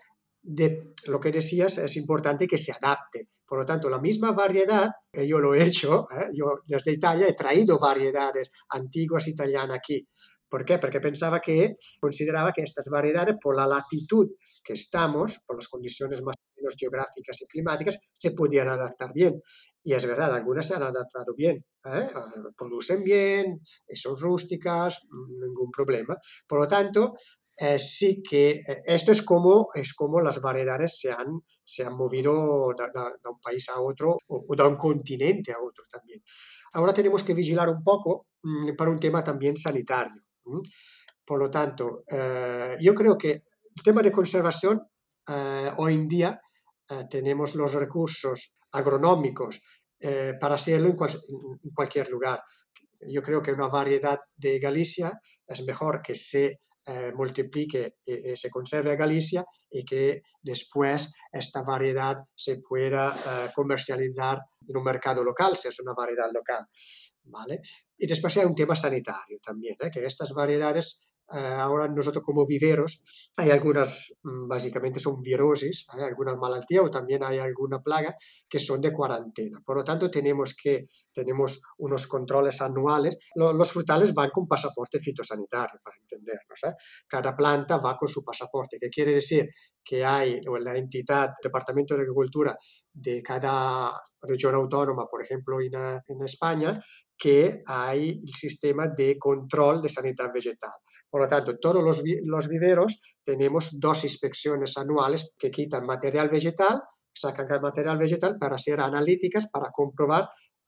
de lo que decías es importante que se adapte. Por lo tanto, la misma variedad, que yo lo he hecho, ¿eh? Yo desde Italia he traído variedades antiguas italianas aquí. ¿Por qué? Porque pensaba que, consideraba que estas variedades, por la latitud que estamos, por las condiciones más o menos geográficas y climáticas, se podían adaptar bien. Y es verdad, algunas se han adaptado bien, ¿eh? Producen bien, son rústicas, ningún problema. Por lo tanto, eh, sí que eh, esto es como, es como las variedades se han, se han movido de, de, de un país a otro o, o de un continente a otro también. Ahora tenemos que vigilar un poco mmm, para un tema también sanitario. ¿m? Por lo tanto, eh, yo creo que el tema de conservación, eh, hoy en día eh, tenemos los recursos agronómicos eh, para hacerlo en, cual, en, cualquier lugar. Yo creo que una variedad de Galicia es mejor que se eh, multiplique y, y, se conserve a Galicia y que después esta variedad se pueda eh, comercializar en un mercado local, si es una variedad local. ¿Vale? Y después hay un tema sanitario también, ¿eh? Que estas variedades, eh, ahora nosotros como viveros, hay algunas, mm, básicamente son virosis, hay alguna malaltía o también hay alguna plaga que son de cuarentena. Por lo tanto, tenemos que, tenemos unos controles anuales. Lo, los frutales van con pasaporte fitosanitario, para entendernos. ¿eh? Cada planta va con su pasaporte, que quiere decir que hay la entidad, Departamento de Agricultura de cada región autónoma, por ejemplo, en, en España, que hay el sistema de control de sanidad vegetal. Por lo tanto, todos los, los viveros tenemos dos inspecciones anuales que quitan material vegetal, sacan el material vegetal para hacer analíticas, para comprobar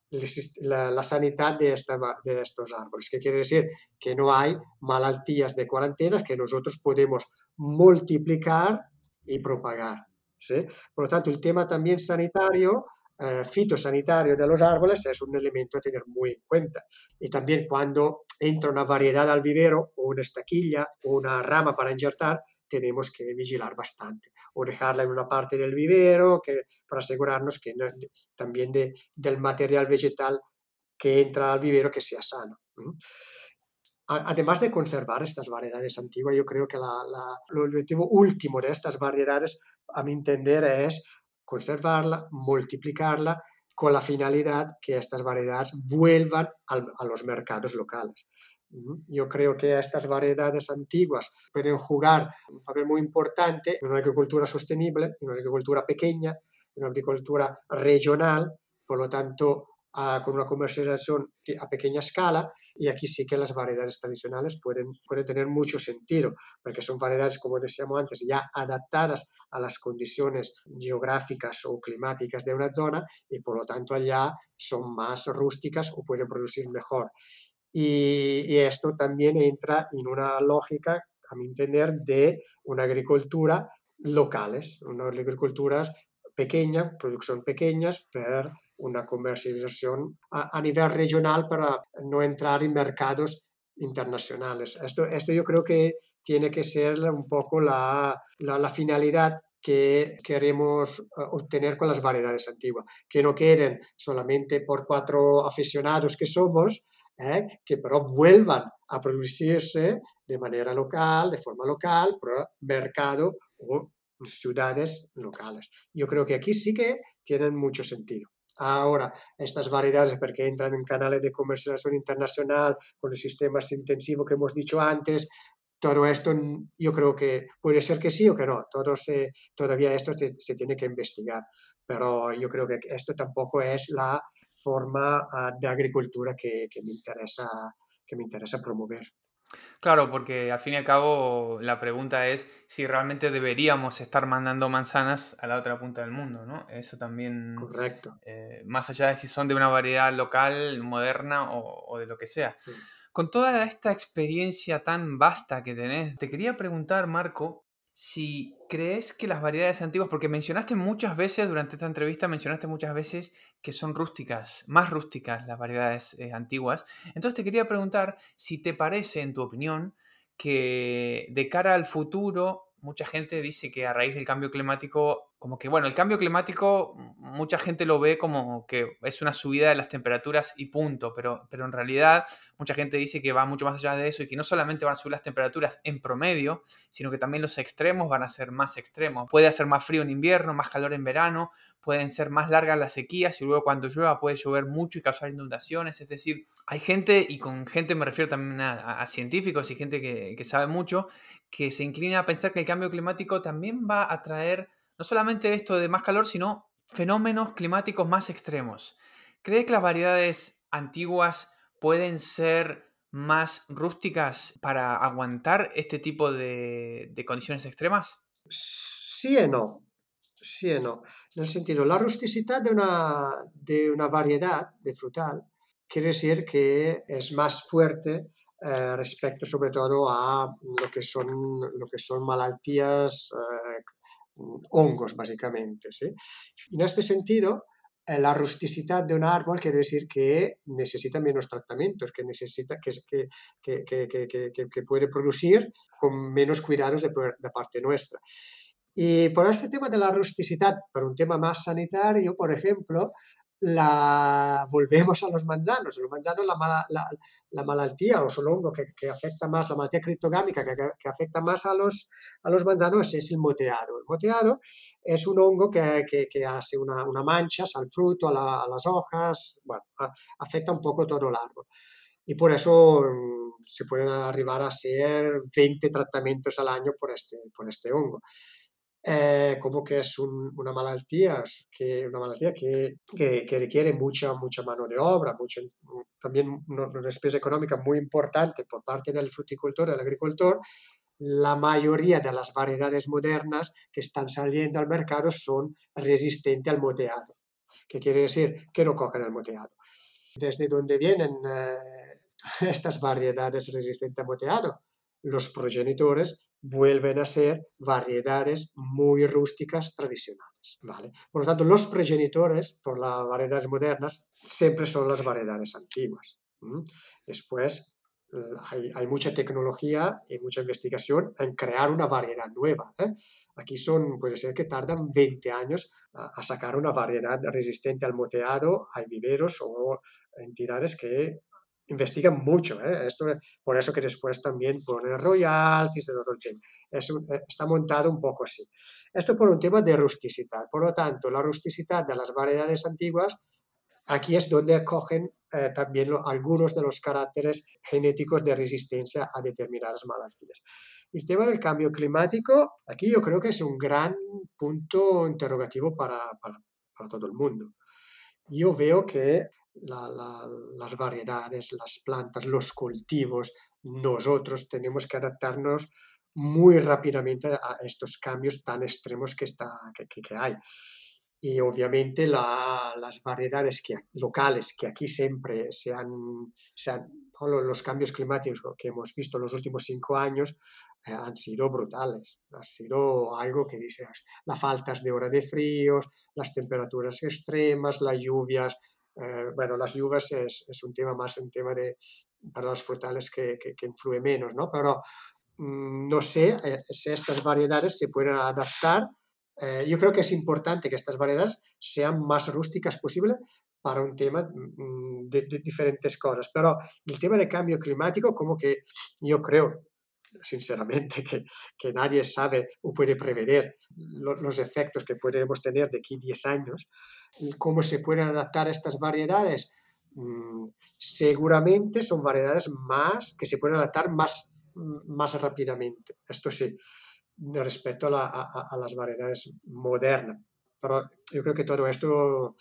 la, la sanidad de, esta, de estos árboles, que quiere decir que no hay malaltías de cuarentena que nosotros podemos multiplicar y propagar. ¿sí? Por lo tanto, el tema también sanitario eh, fitosanitario de los árboles es un elemento a tener muy en cuenta. Y también cuando entra una variedad al vivero o una estaquilla o una rama para injertar, tenemos que vigilar bastante o dejarla en una parte del vivero que, para asegurarnos que no, de, también de, del material vegetal que entra al vivero que sea sano. ¿Mm? Además de conservar estas variedades antiguas, yo creo que la, la, el objetivo último de estas variedades, a mi entender, es conservarla, multiplicarla, con la finalidad que estas variedades vuelvan al, a los mercados locales. Yo creo que estas variedades antiguas pueden jugar un papel muy importante en una agricultura sostenible, en una agricultura pequeña, en una agricultura regional, por lo tanto, a, con una comercialización a pequeña escala, y aquí sí que las variedades tradicionales pueden, pueden tener mucho sentido, porque son variedades, como decíamos antes, ya adaptadas a las condiciones geográficas o climáticas de una zona y por lo tanto allá son más rústicas o pueden producir mejor. Y, y esto también entra en una lógica, a mi entender, de una agricultura locales, una agriculturas pequeña, producción pequeñas, per una comercialización a, a nivel regional para no entrar en mercados internacionales. Esto, esto yo creo que tiene que ser un poco la, la, la finalidad que queremos uh, obtener con las variedades antiguas, que no queden solamente por cuatro aficionados que somos, eh, que però vuelvan a producirse de manera local, de forma local, por mercado o ciudades locales. Yo creo que aquí sí que tienen mucho sentido. Ahora, estas variedades, porque entran en canales de comercialización internacional con el sistema intensivo que hemos dicho antes, todo esto yo creo que puede ser que sí o que no, todo se, todavía esto se, se tiene que investigar, pero yo creo que esto tampoco es la forma uh, de agricultura que, que, me interesa, que me interesa promover. Claro, porque al fin y al cabo la pregunta es si realmente deberíamos estar mandando manzanas a la otra punta del mundo, ¿no? Eso también, Correcto. eh, más allá de si son de una variedad local, moderna o, o de lo que sea. Sí. Con toda esta experiencia tan vasta que tenés, te quería preguntar, Marco, si crees que las variedades antiguas, porque mencionaste muchas veces durante esta entrevista, mencionaste muchas veces que son rústicas, más rústicas las variedades eh, antiguas. Entonces te quería preguntar si te parece, en tu opinión, que de cara al futuro, mucha gente dice que a raíz del cambio climático, como que, bueno, el cambio climático, mucha gente lo ve como que es una subida de las temperaturas y punto, pero, pero en realidad mucha gente dice que va mucho más allá de eso y que no solamente van a subir las temperaturas en promedio, sino que también los extremos van a ser más extremos. Puede hacer más frío en invierno, más calor en verano, pueden ser más largas las sequías y luego cuando llueva puede llover mucho y causar inundaciones. Es decir, hay gente, y con gente me refiero también a, a, a científicos y gente que, que sabe mucho, que se inclina a pensar que el cambio climático también va a traer no solamente esto de más calor, sino fenómenos climáticos más extremos. ¿Cree que las variedades antiguas pueden ser más rústicas para aguantar este tipo de, de condiciones extremas? Sí e no, sí e no. Nel sentido, la rusticità de una, de una variedad de frutal quiere decir que es más fuerte eh, respecto sobre todo a lo que son, lo que son malaltías, eh, hongos básicamente, ¿sí? En este sentido, eh, la rusticidad de un árbol quiere decir que necesita menos tratamientos, que, necesita, que, que, que, que, que, que puede producir con menos cuidados de, de parte nuestra. Y por este tema de la rusticidad, por un tema más sanitario, por ejemplo, la, volvemos a los manzanos. Los manzanos, la, mala, la, la malaltía o el hongo que, que, afecta más, la malaltía criptogámica que, que afecta más a los, a los manzanos es el moteado. El moteado es un hongo que, que, que hace una, una, mancha al fruto, a, la, a las hojas, bueno, a, afecta un poco todo el árbol. Y por eso mmm, se pueden arribar a hacer veinte tratamientos al año por este, por este hongo. Eh, como que es un, una malaltía, que, una malaltía que, que, que, requiere mucha, mucha mano de obra, mucho, también una, una despesa económica muy importante por parte del fruticultor, del agricultor. La mayoría de las variedades modernas que están saliendo al mercado son resistentes al moteado. ¿Qué quiere decir? Que no cogen el moteado. Desde donde vienen eh, estas variedades resistentes al moteado, los progenitores vuelven a ser variedades muy rústicas tradicionales, ¿vale? Por lo tanto, los progenitores, por las variedades modernas, siempre son las variedades antiguas. ¿Mm? Después, hay, hay, mucha tecnología y mucha investigación en crear una variedad nueva. ¿eh? Aquí son, puede ser que tardan veinte años a, a sacar una variedad resistente al moteado. Hay viveros o entidades que investigan mucho. ¿eh? Esto, por eso que después también ponen royalties, de todo el tema. Es un, está montado un poco así. Esto por un tema de rusticidad. Por lo tanto, la rusticidad de las variedades antiguas, aquí es donde acogen eh, también lo, algunos de los caracteres genéticos de resistencia a determinadas malaltías. El tema del cambio climático, aquí yo creo que es un gran punto interrogativo para, para, para todo el mundo. Yo veo que la- la- las variedades, las plantas, los cultivos, nosotros tenemos que adaptarnos muy rápidamente a estos cambios tan extremos que, está, que, que- que hay. Y obviamente la- las variedades que, locales que aquí siempre se han, se han- o lo- los cambios climáticos que hemos visto en los últimos cinco años eh, han sido brutales. Ha sido algo que dices, las faltas de hora de fríos, las temperaturas extremas, las lluvias. Eh, bueno, las lluvias es, es un tema más, un tema de, para los frutales que, que, que influye menos, ¿no? Pero mm, no sé eh, si estas variedades se pueden adaptar. Eh, yo creo que es importante que estas variedades sean más rústicas posible para un tema mm, de, de diferentes cosas. Pero el tema de cambio climático, como que yo creo, sinceramente, que, que nadie sabe o puede prever lo, los efectos que podremos tener de aquí a diez años, cómo se pueden adaptar estas variedades. Mm, seguramente son variedades más que se pueden adaptar más más rápidamente. Esto sí, respecto a, la, a, a, las variedades modernas. Pero yo creo que todo esto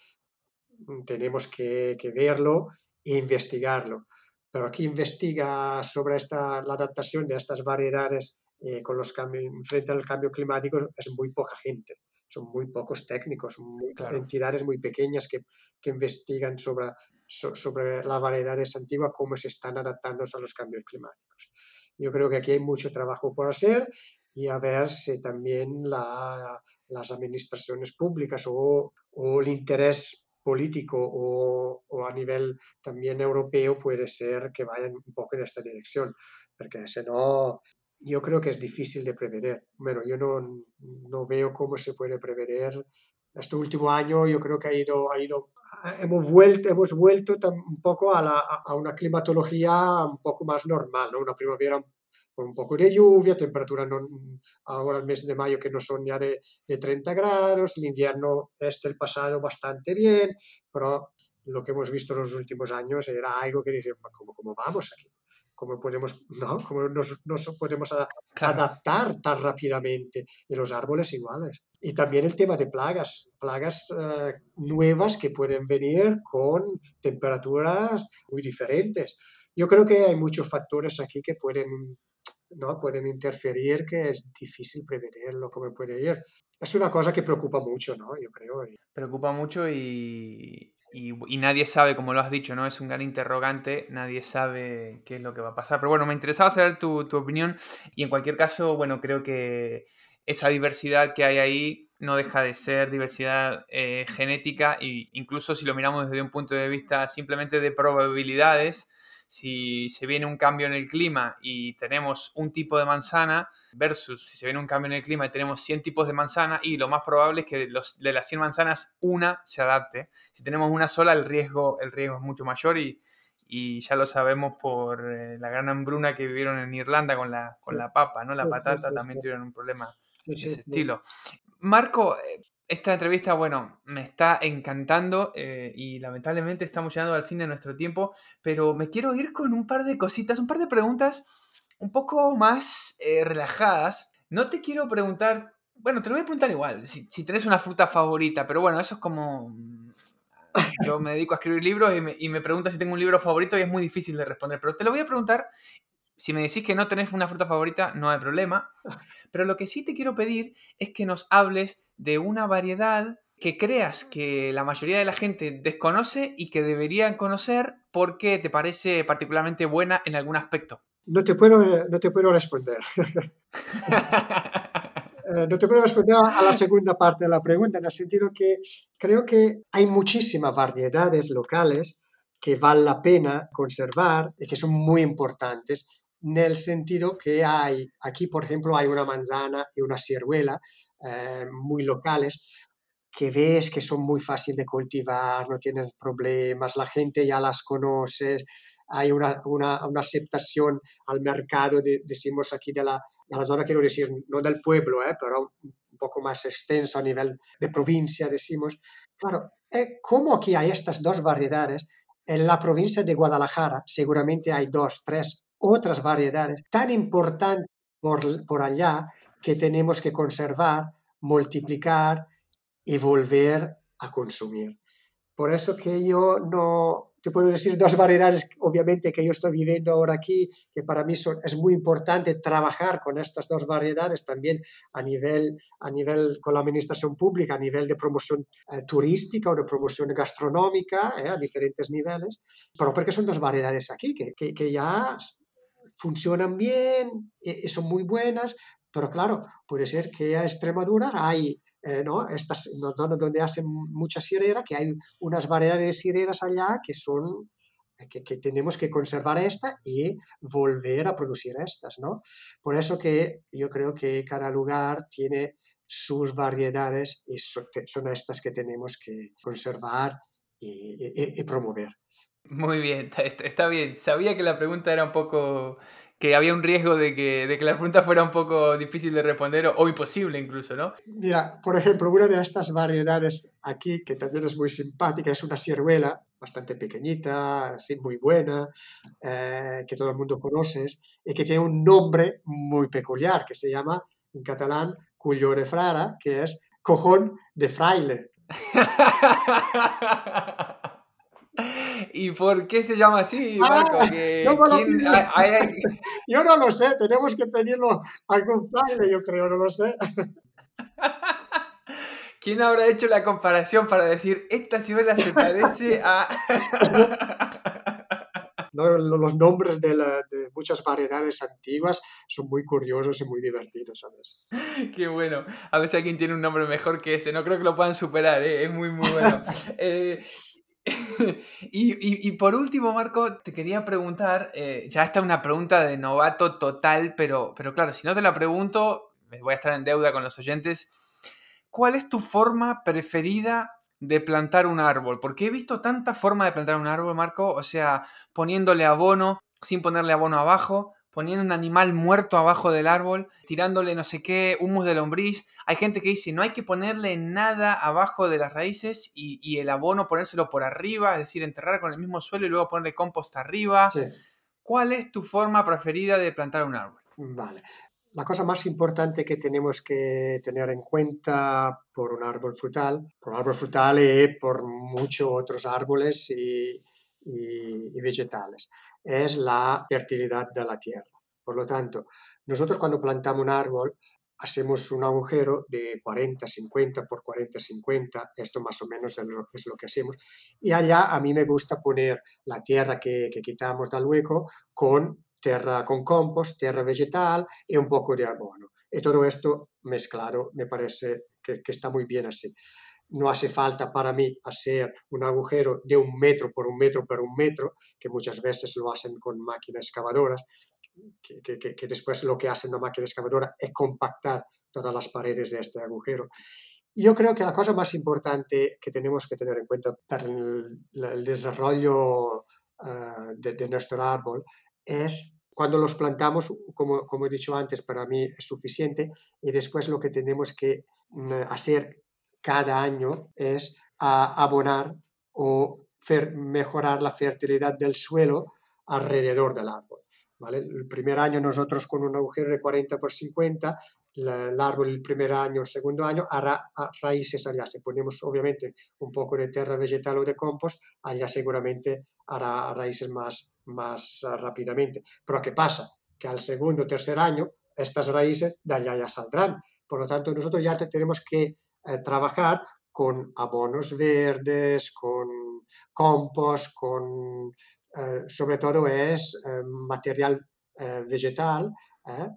tenemos que, que verlo e investigarlo. Pero aquí investiga sobre esta, la adaptación de estas variedades eh, con los cambios, frente al cambio climático es muy poca gente. Son muy pocos técnicos, muy, Claro. entidades muy pequeñas que, que investigan sobre, so, sobre las variedades antiguas, cómo se están adaptando a los cambios climáticos. Yo creo que aquí hay mucho trabajo por hacer y a ver si también la, las administraciones públicas o, o el interés político o, o, a nivel también europeo puede ser que vayan un poco en esta dirección, porque si no, yo creo que es difícil de prever. Bueno, yo no, no veo cómo se puede prever. Este último año yo creo que ha ido, ha ido hemos vuelto, hemos vuelto un poco a, la, a, una climatología un poco más normal, ¿no? Una primavera con un poco de lluvia, temperatura no, ahora el mes de mayo que no son ya de, de treinta grados, el invierno este el pasado bastante bien, pero lo que hemos visto en los últimos años era algo que dice, ¿cómo, cómo vamos aquí? ¿Cómo podemos, no? ¿Cómo nos, nos podemos a, Claro. adaptar tan rápidamente? Y los árboles iguales. Y también el tema de plagas, plagas eh, nuevas que pueden venir con temperaturas muy diferentes. Yo creo que hay muchos factores aquí que pueden, ¿no? pueden interferir, que es difícil preverlo cómo puede ir. Es una cosa que preocupa mucho, ¿no? Yo creo. Preocupa mucho y, y, y nadie sabe, como lo has dicho, ¿no? Es un gran interrogante, nadie sabe qué es lo que va a pasar. Pero bueno, me interesaba saber tu, tu opinión y en cualquier caso, bueno, creo que esa diversidad que hay ahí no deja de ser diversidad eh, genética e incluso si lo miramos desde un punto de vista simplemente de probabilidades, si se viene un cambio en el clima y tenemos un tipo de manzana versus si se viene un cambio en el clima y tenemos cien tipos de manzana y lo más probable es que de, los, de las cien manzanas una se adapte. Si tenemos una sola el riesgo, el riesgo es mucho mayor y, y ya lo sabemos por eh, la gran hambruna que vivieron en Irlanda con la, con Sí, la papa, ¿no? La sí, sí, patata sí, también sí, tuvieron un problema sí, de sí, ese sí. estilo. Marco, eh, esta entrevista, bueno, me está encantando eh, y lamentablemente estamos llegando al fin de nuestro tiempo, pero me quiero ir con un par de cositas, un par de preguntas un poco más eh, relajadas. No te quiero preguntar, bueno, te lo voy a preguntar igual, si, si tenés una fruta favorita, pero bueno, eso es como... mm, Yo me dedico a escribir libros y me, y me preguntas si tengo un libro favorito y es muy difícil de responder, pero te lo voy a preguntar. Si me decís que no tenés una fruta favorita, no hay problema. Pero lo que sí te quiero pedir es que nos hables de una variedad que creas que la mayoría de la gente desconoce y que deberían conocer porque te parece particularmente buena en algún aspecto. No te puedo, no te puedo responder. Eh, no te puedo responder a la segunda parte de la pregunta, en el sentido que creo que hay muchísimas variedades locales que vale la pena conservar y que son muy importantes, en el sentido que hay, aquí por ejemplo hay una manzana y una ciruela eh, muy locales que ves que son muy fáciles de cultivar, no tienes problemas, la gente ya las conoce, hay una, una, una aceptación al mercado, de, decimos aquí, de la, de la zona, quiero decir, no del pueblo, eh, pero un poco más extenso a nivel de provincia, decimos. Claro, eh, como aquí hay estas dos variedades, en la provincia de Guadalajara seguramente hay dos, tres otras variedades tan importantes por, por allá que tenemos que conservar, multiplicar y volver a consumir. Por eso que yo no, te puedo decir dos variedades, obviamente, que yo estoy viviendo ahora aquí, que para mí son, es muy importante trabajar con estas dos variedades también a nivel, a nivel con la administración pública, a nivel de promoción eh, turística o de promoción gastronómica, eh, a diferentes niveles, pero porque son dos variedades aquí que, que, que ya funcionan bien y, y son muy buenas, pero claro, puede ser que a Extremadura hay eh, ¿no? Estas, en la zona donde hacen mucha cirera, que hay unas variedades de cireras allá que son, que, que, tenemos que conservar esta y volver a producir estas, ¿no? Por eso que yo creo que cada lugar tiene sus variedades y son, son estas que tenemos que conservar y, y, y promover. Muy bien, está, está bien. Sabía que la pregunta era un poco, que había un riesgo de que, de que la pregunta fuera un poco difícil de responder o, o imposible incluso, ¿no? Mira, por ejemplo, una de estas variedades aquí, que también es muy simpática, es una ciruela bastante pequeñita, así muy buena, eh, que todo el mundo conoce, y que tiene un nombre muy peculiar, que se llama en catalán culló de frara, que es cojón de fraile. ¿Y por qué se llama así, Marco? ¡Ah! No ¿Que, me lo ¿quién, hay, pido. hay- hay- Yo no lo sé, tenemos que pedirlo a algún fraile, yo creo, no lo sé. ¿quién habrá hecho la comparación para decir esta ciruela se parece a... ¿No? Los nombres de, la, de, muchas variedades antiguas son muy curiosos y muy divertidos, ¿sabes? Qué bueno. A ver si alguien tiene un nombre mejor que ese. No creo que lo puedan superar, ¿eh? Es muy, muy bueno. Eh, y, y, y, por último, Marco, te quería preguntar, eh, ya esta es una pregunta de novato total, pero, pero claro, si no te la pregunto, me voy a estar en deuda con los oyentes. ¿Cuál es tu forma preferida de plantar un árbol? Porque he visto tantas formas de plantar un árbol, Marco. O sea, poniéndole abono, sin ponerle abono abajo, poniendo un animal muerto abajo del árbol, tirándole no sé qué, humus de lombriz. Hay gente que dice, no hay que ponerle nada abajo de las raíces y, y el abono ponérselo por arriba, es decir, enterrar con el mismo suelo y luego ponerle compost arriba. Sí. ¿Cuál es tu forma preferida de plantar un árbol? Vale. La cosa más importante que tenemos que tener en cuenta por un árbol frutal, por un árbol frutal y por muchos otros árboles y, y, y vegetales, es la fertilidad de la tierra. Por lo tanto, nosotros cuando plantamos un árbol, hacemos un agujero de cuarenta cincuenta por cuarenta cincuenta, esto más o menos es lo, es lo que hacemos, y allá a mí me gusta poner la tierra que, que quitamos del hueco con tierra con compost, tierra vegetal y un poco de abono. Y todo esto mezclado me parece que, que está muy bien así. No hace falta para mí hacer un agujero de un metro por un metro por un metro, que muchas veces lo hacen con máquinas excavadoras, que, que, que después lo que hace una máquina excavadora es compactar todas las paredes de este agujero. Yo creo que la cosa más importante que tenemos que tener en cuenta para el, el desarrollo uh, de, de, nuestro árbol es cuando los plantamos, como, como, he dicho antes, para mí es suficiente, y después lo que tenemos que uh, hacer cada año es uh, abonar o fer, mejorar la fertilidad del suelo alrededor del árbol. ¿Vale? El primer año nosotros con un agujero de cuarenta por cincuenta, el árbol el primer año, el segundo año, hará raíces allá. Si ponemos obviamente un poco de tierra vegetal o de compost, allá seguramente hará raíces más, más uh, rápidamente. Pero ¿qué pasa? Que al segundo o tercer año estas raíces de allá ya saldrán. Por lo tanto, nosotros ya tenemos que eh, trabajar con abonos verdes, con compost, con eh, sobre todo es eh, material eh, vegetal, eh,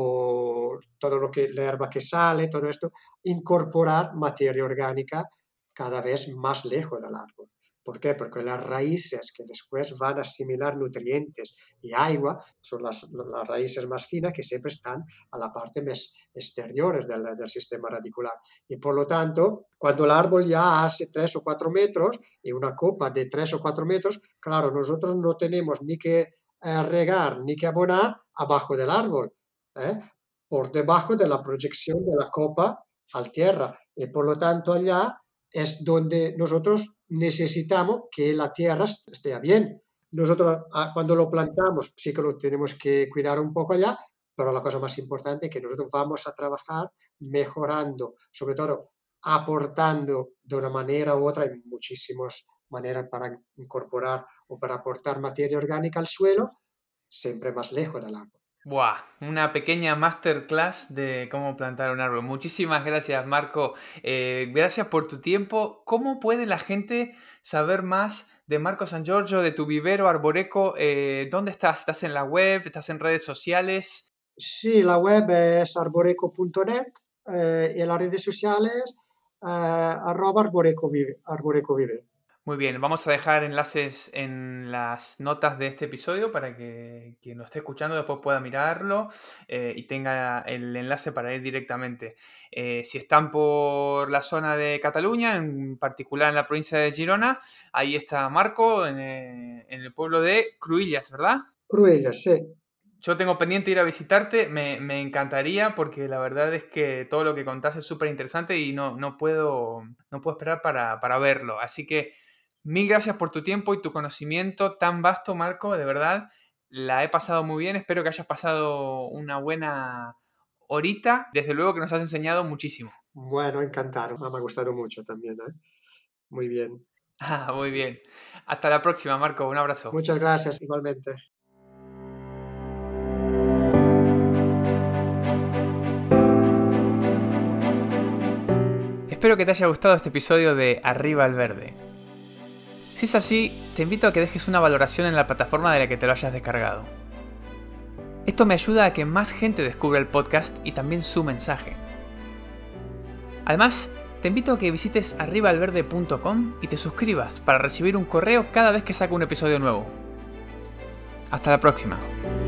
o todo lo que, la hierba que sale, todo esto, incorporar materia orgánica cada vez más lejos del árbol. ¿Por qué? Porque las raíces que después van a asimilar nutrientes y agua son las, las raíces más finas que siempre están a la parte más exterior del, del sistema radicular. Y por lo tanto, cuando el árbol ya hace tres o cuatro metros y una copa de tres o cuatro metros, claro, nosotros no tenemos ni que eh, regar ni que abonar abajo del árbol, ¿eh? Por debajo de la proyección de la copa al tierra. Y por lo tanto allá es donde nosotros necesitamos que la tierra esté bien. Nosotros cuando lo plantamos sí que lo tenemos que cuidar un poco allá, pero la cosa más importante es que nosotros vamos a trabajar mejorando, sobre todo aportando de una manera u otra en muchísimos manera para incorporar o para aportar materia orgánica al suelo, siempre más lejos del árbol. ¡Buah! Una pequeña masterclass de cómo plantar un árbol. Muchísimas gracias, Marco. Eh, gracias por tu tiempo. ¿Cómo puede la gente saber más de Marco San Giorgio, de tu vivero arboreco? Eh, ¿dónde estás? ¿Estás en la web? ¿Estás en redes sociales? Sí, la web es arboreco punto net eh, y en las redes sociales eh, arroba arboreco vive, arboreco vive. Muy bien, vamos a dejar enlaces en las notas de este episodio para que quien lo esté escuchando después pueda mirarlo eh, y tenga el enlace para ir directamente. Eh, si están por la zona de Cataluña, en particular en la provincia de Girona, ahí está Marco, en, eh, en el pueblo de Cruïlles, ¿verdad? Cruïlles, sí. Yo tengo pendiente ir a visitarte, me, me encantaría porque la verdad es que todo lo que contás es súper interesante y no, no, puedo, no puedo esperar para, para verlo. Así que mil gracias por tu tiempo y tu conocimiento tan vasto, Marco. De verdad, la he pasado muy bien. Espero que hayas pasado una buena horita. Desde luego que nos has enseñado muchísimo. Bueno, encantado. Me ha gustado mucho también, ¿eh? Muy bien. Ah, muy bien. Hasta la próxima, Marco. Un abrazo. Muchas gracias, igualmente. Espero que te haya gustado este episodio de Arriba al Verde. Si es así, te invito a que dejes una valoración en la plataforma de la que te lo hayas descargado. Esto me ayuda a que más gente descubra el podcast y también su mensaje. Además, te invito a que visites arriba al verde punto com y te suscribas para recibir un correo cada vez que saco un episodio nuevo. Hasta la próxima.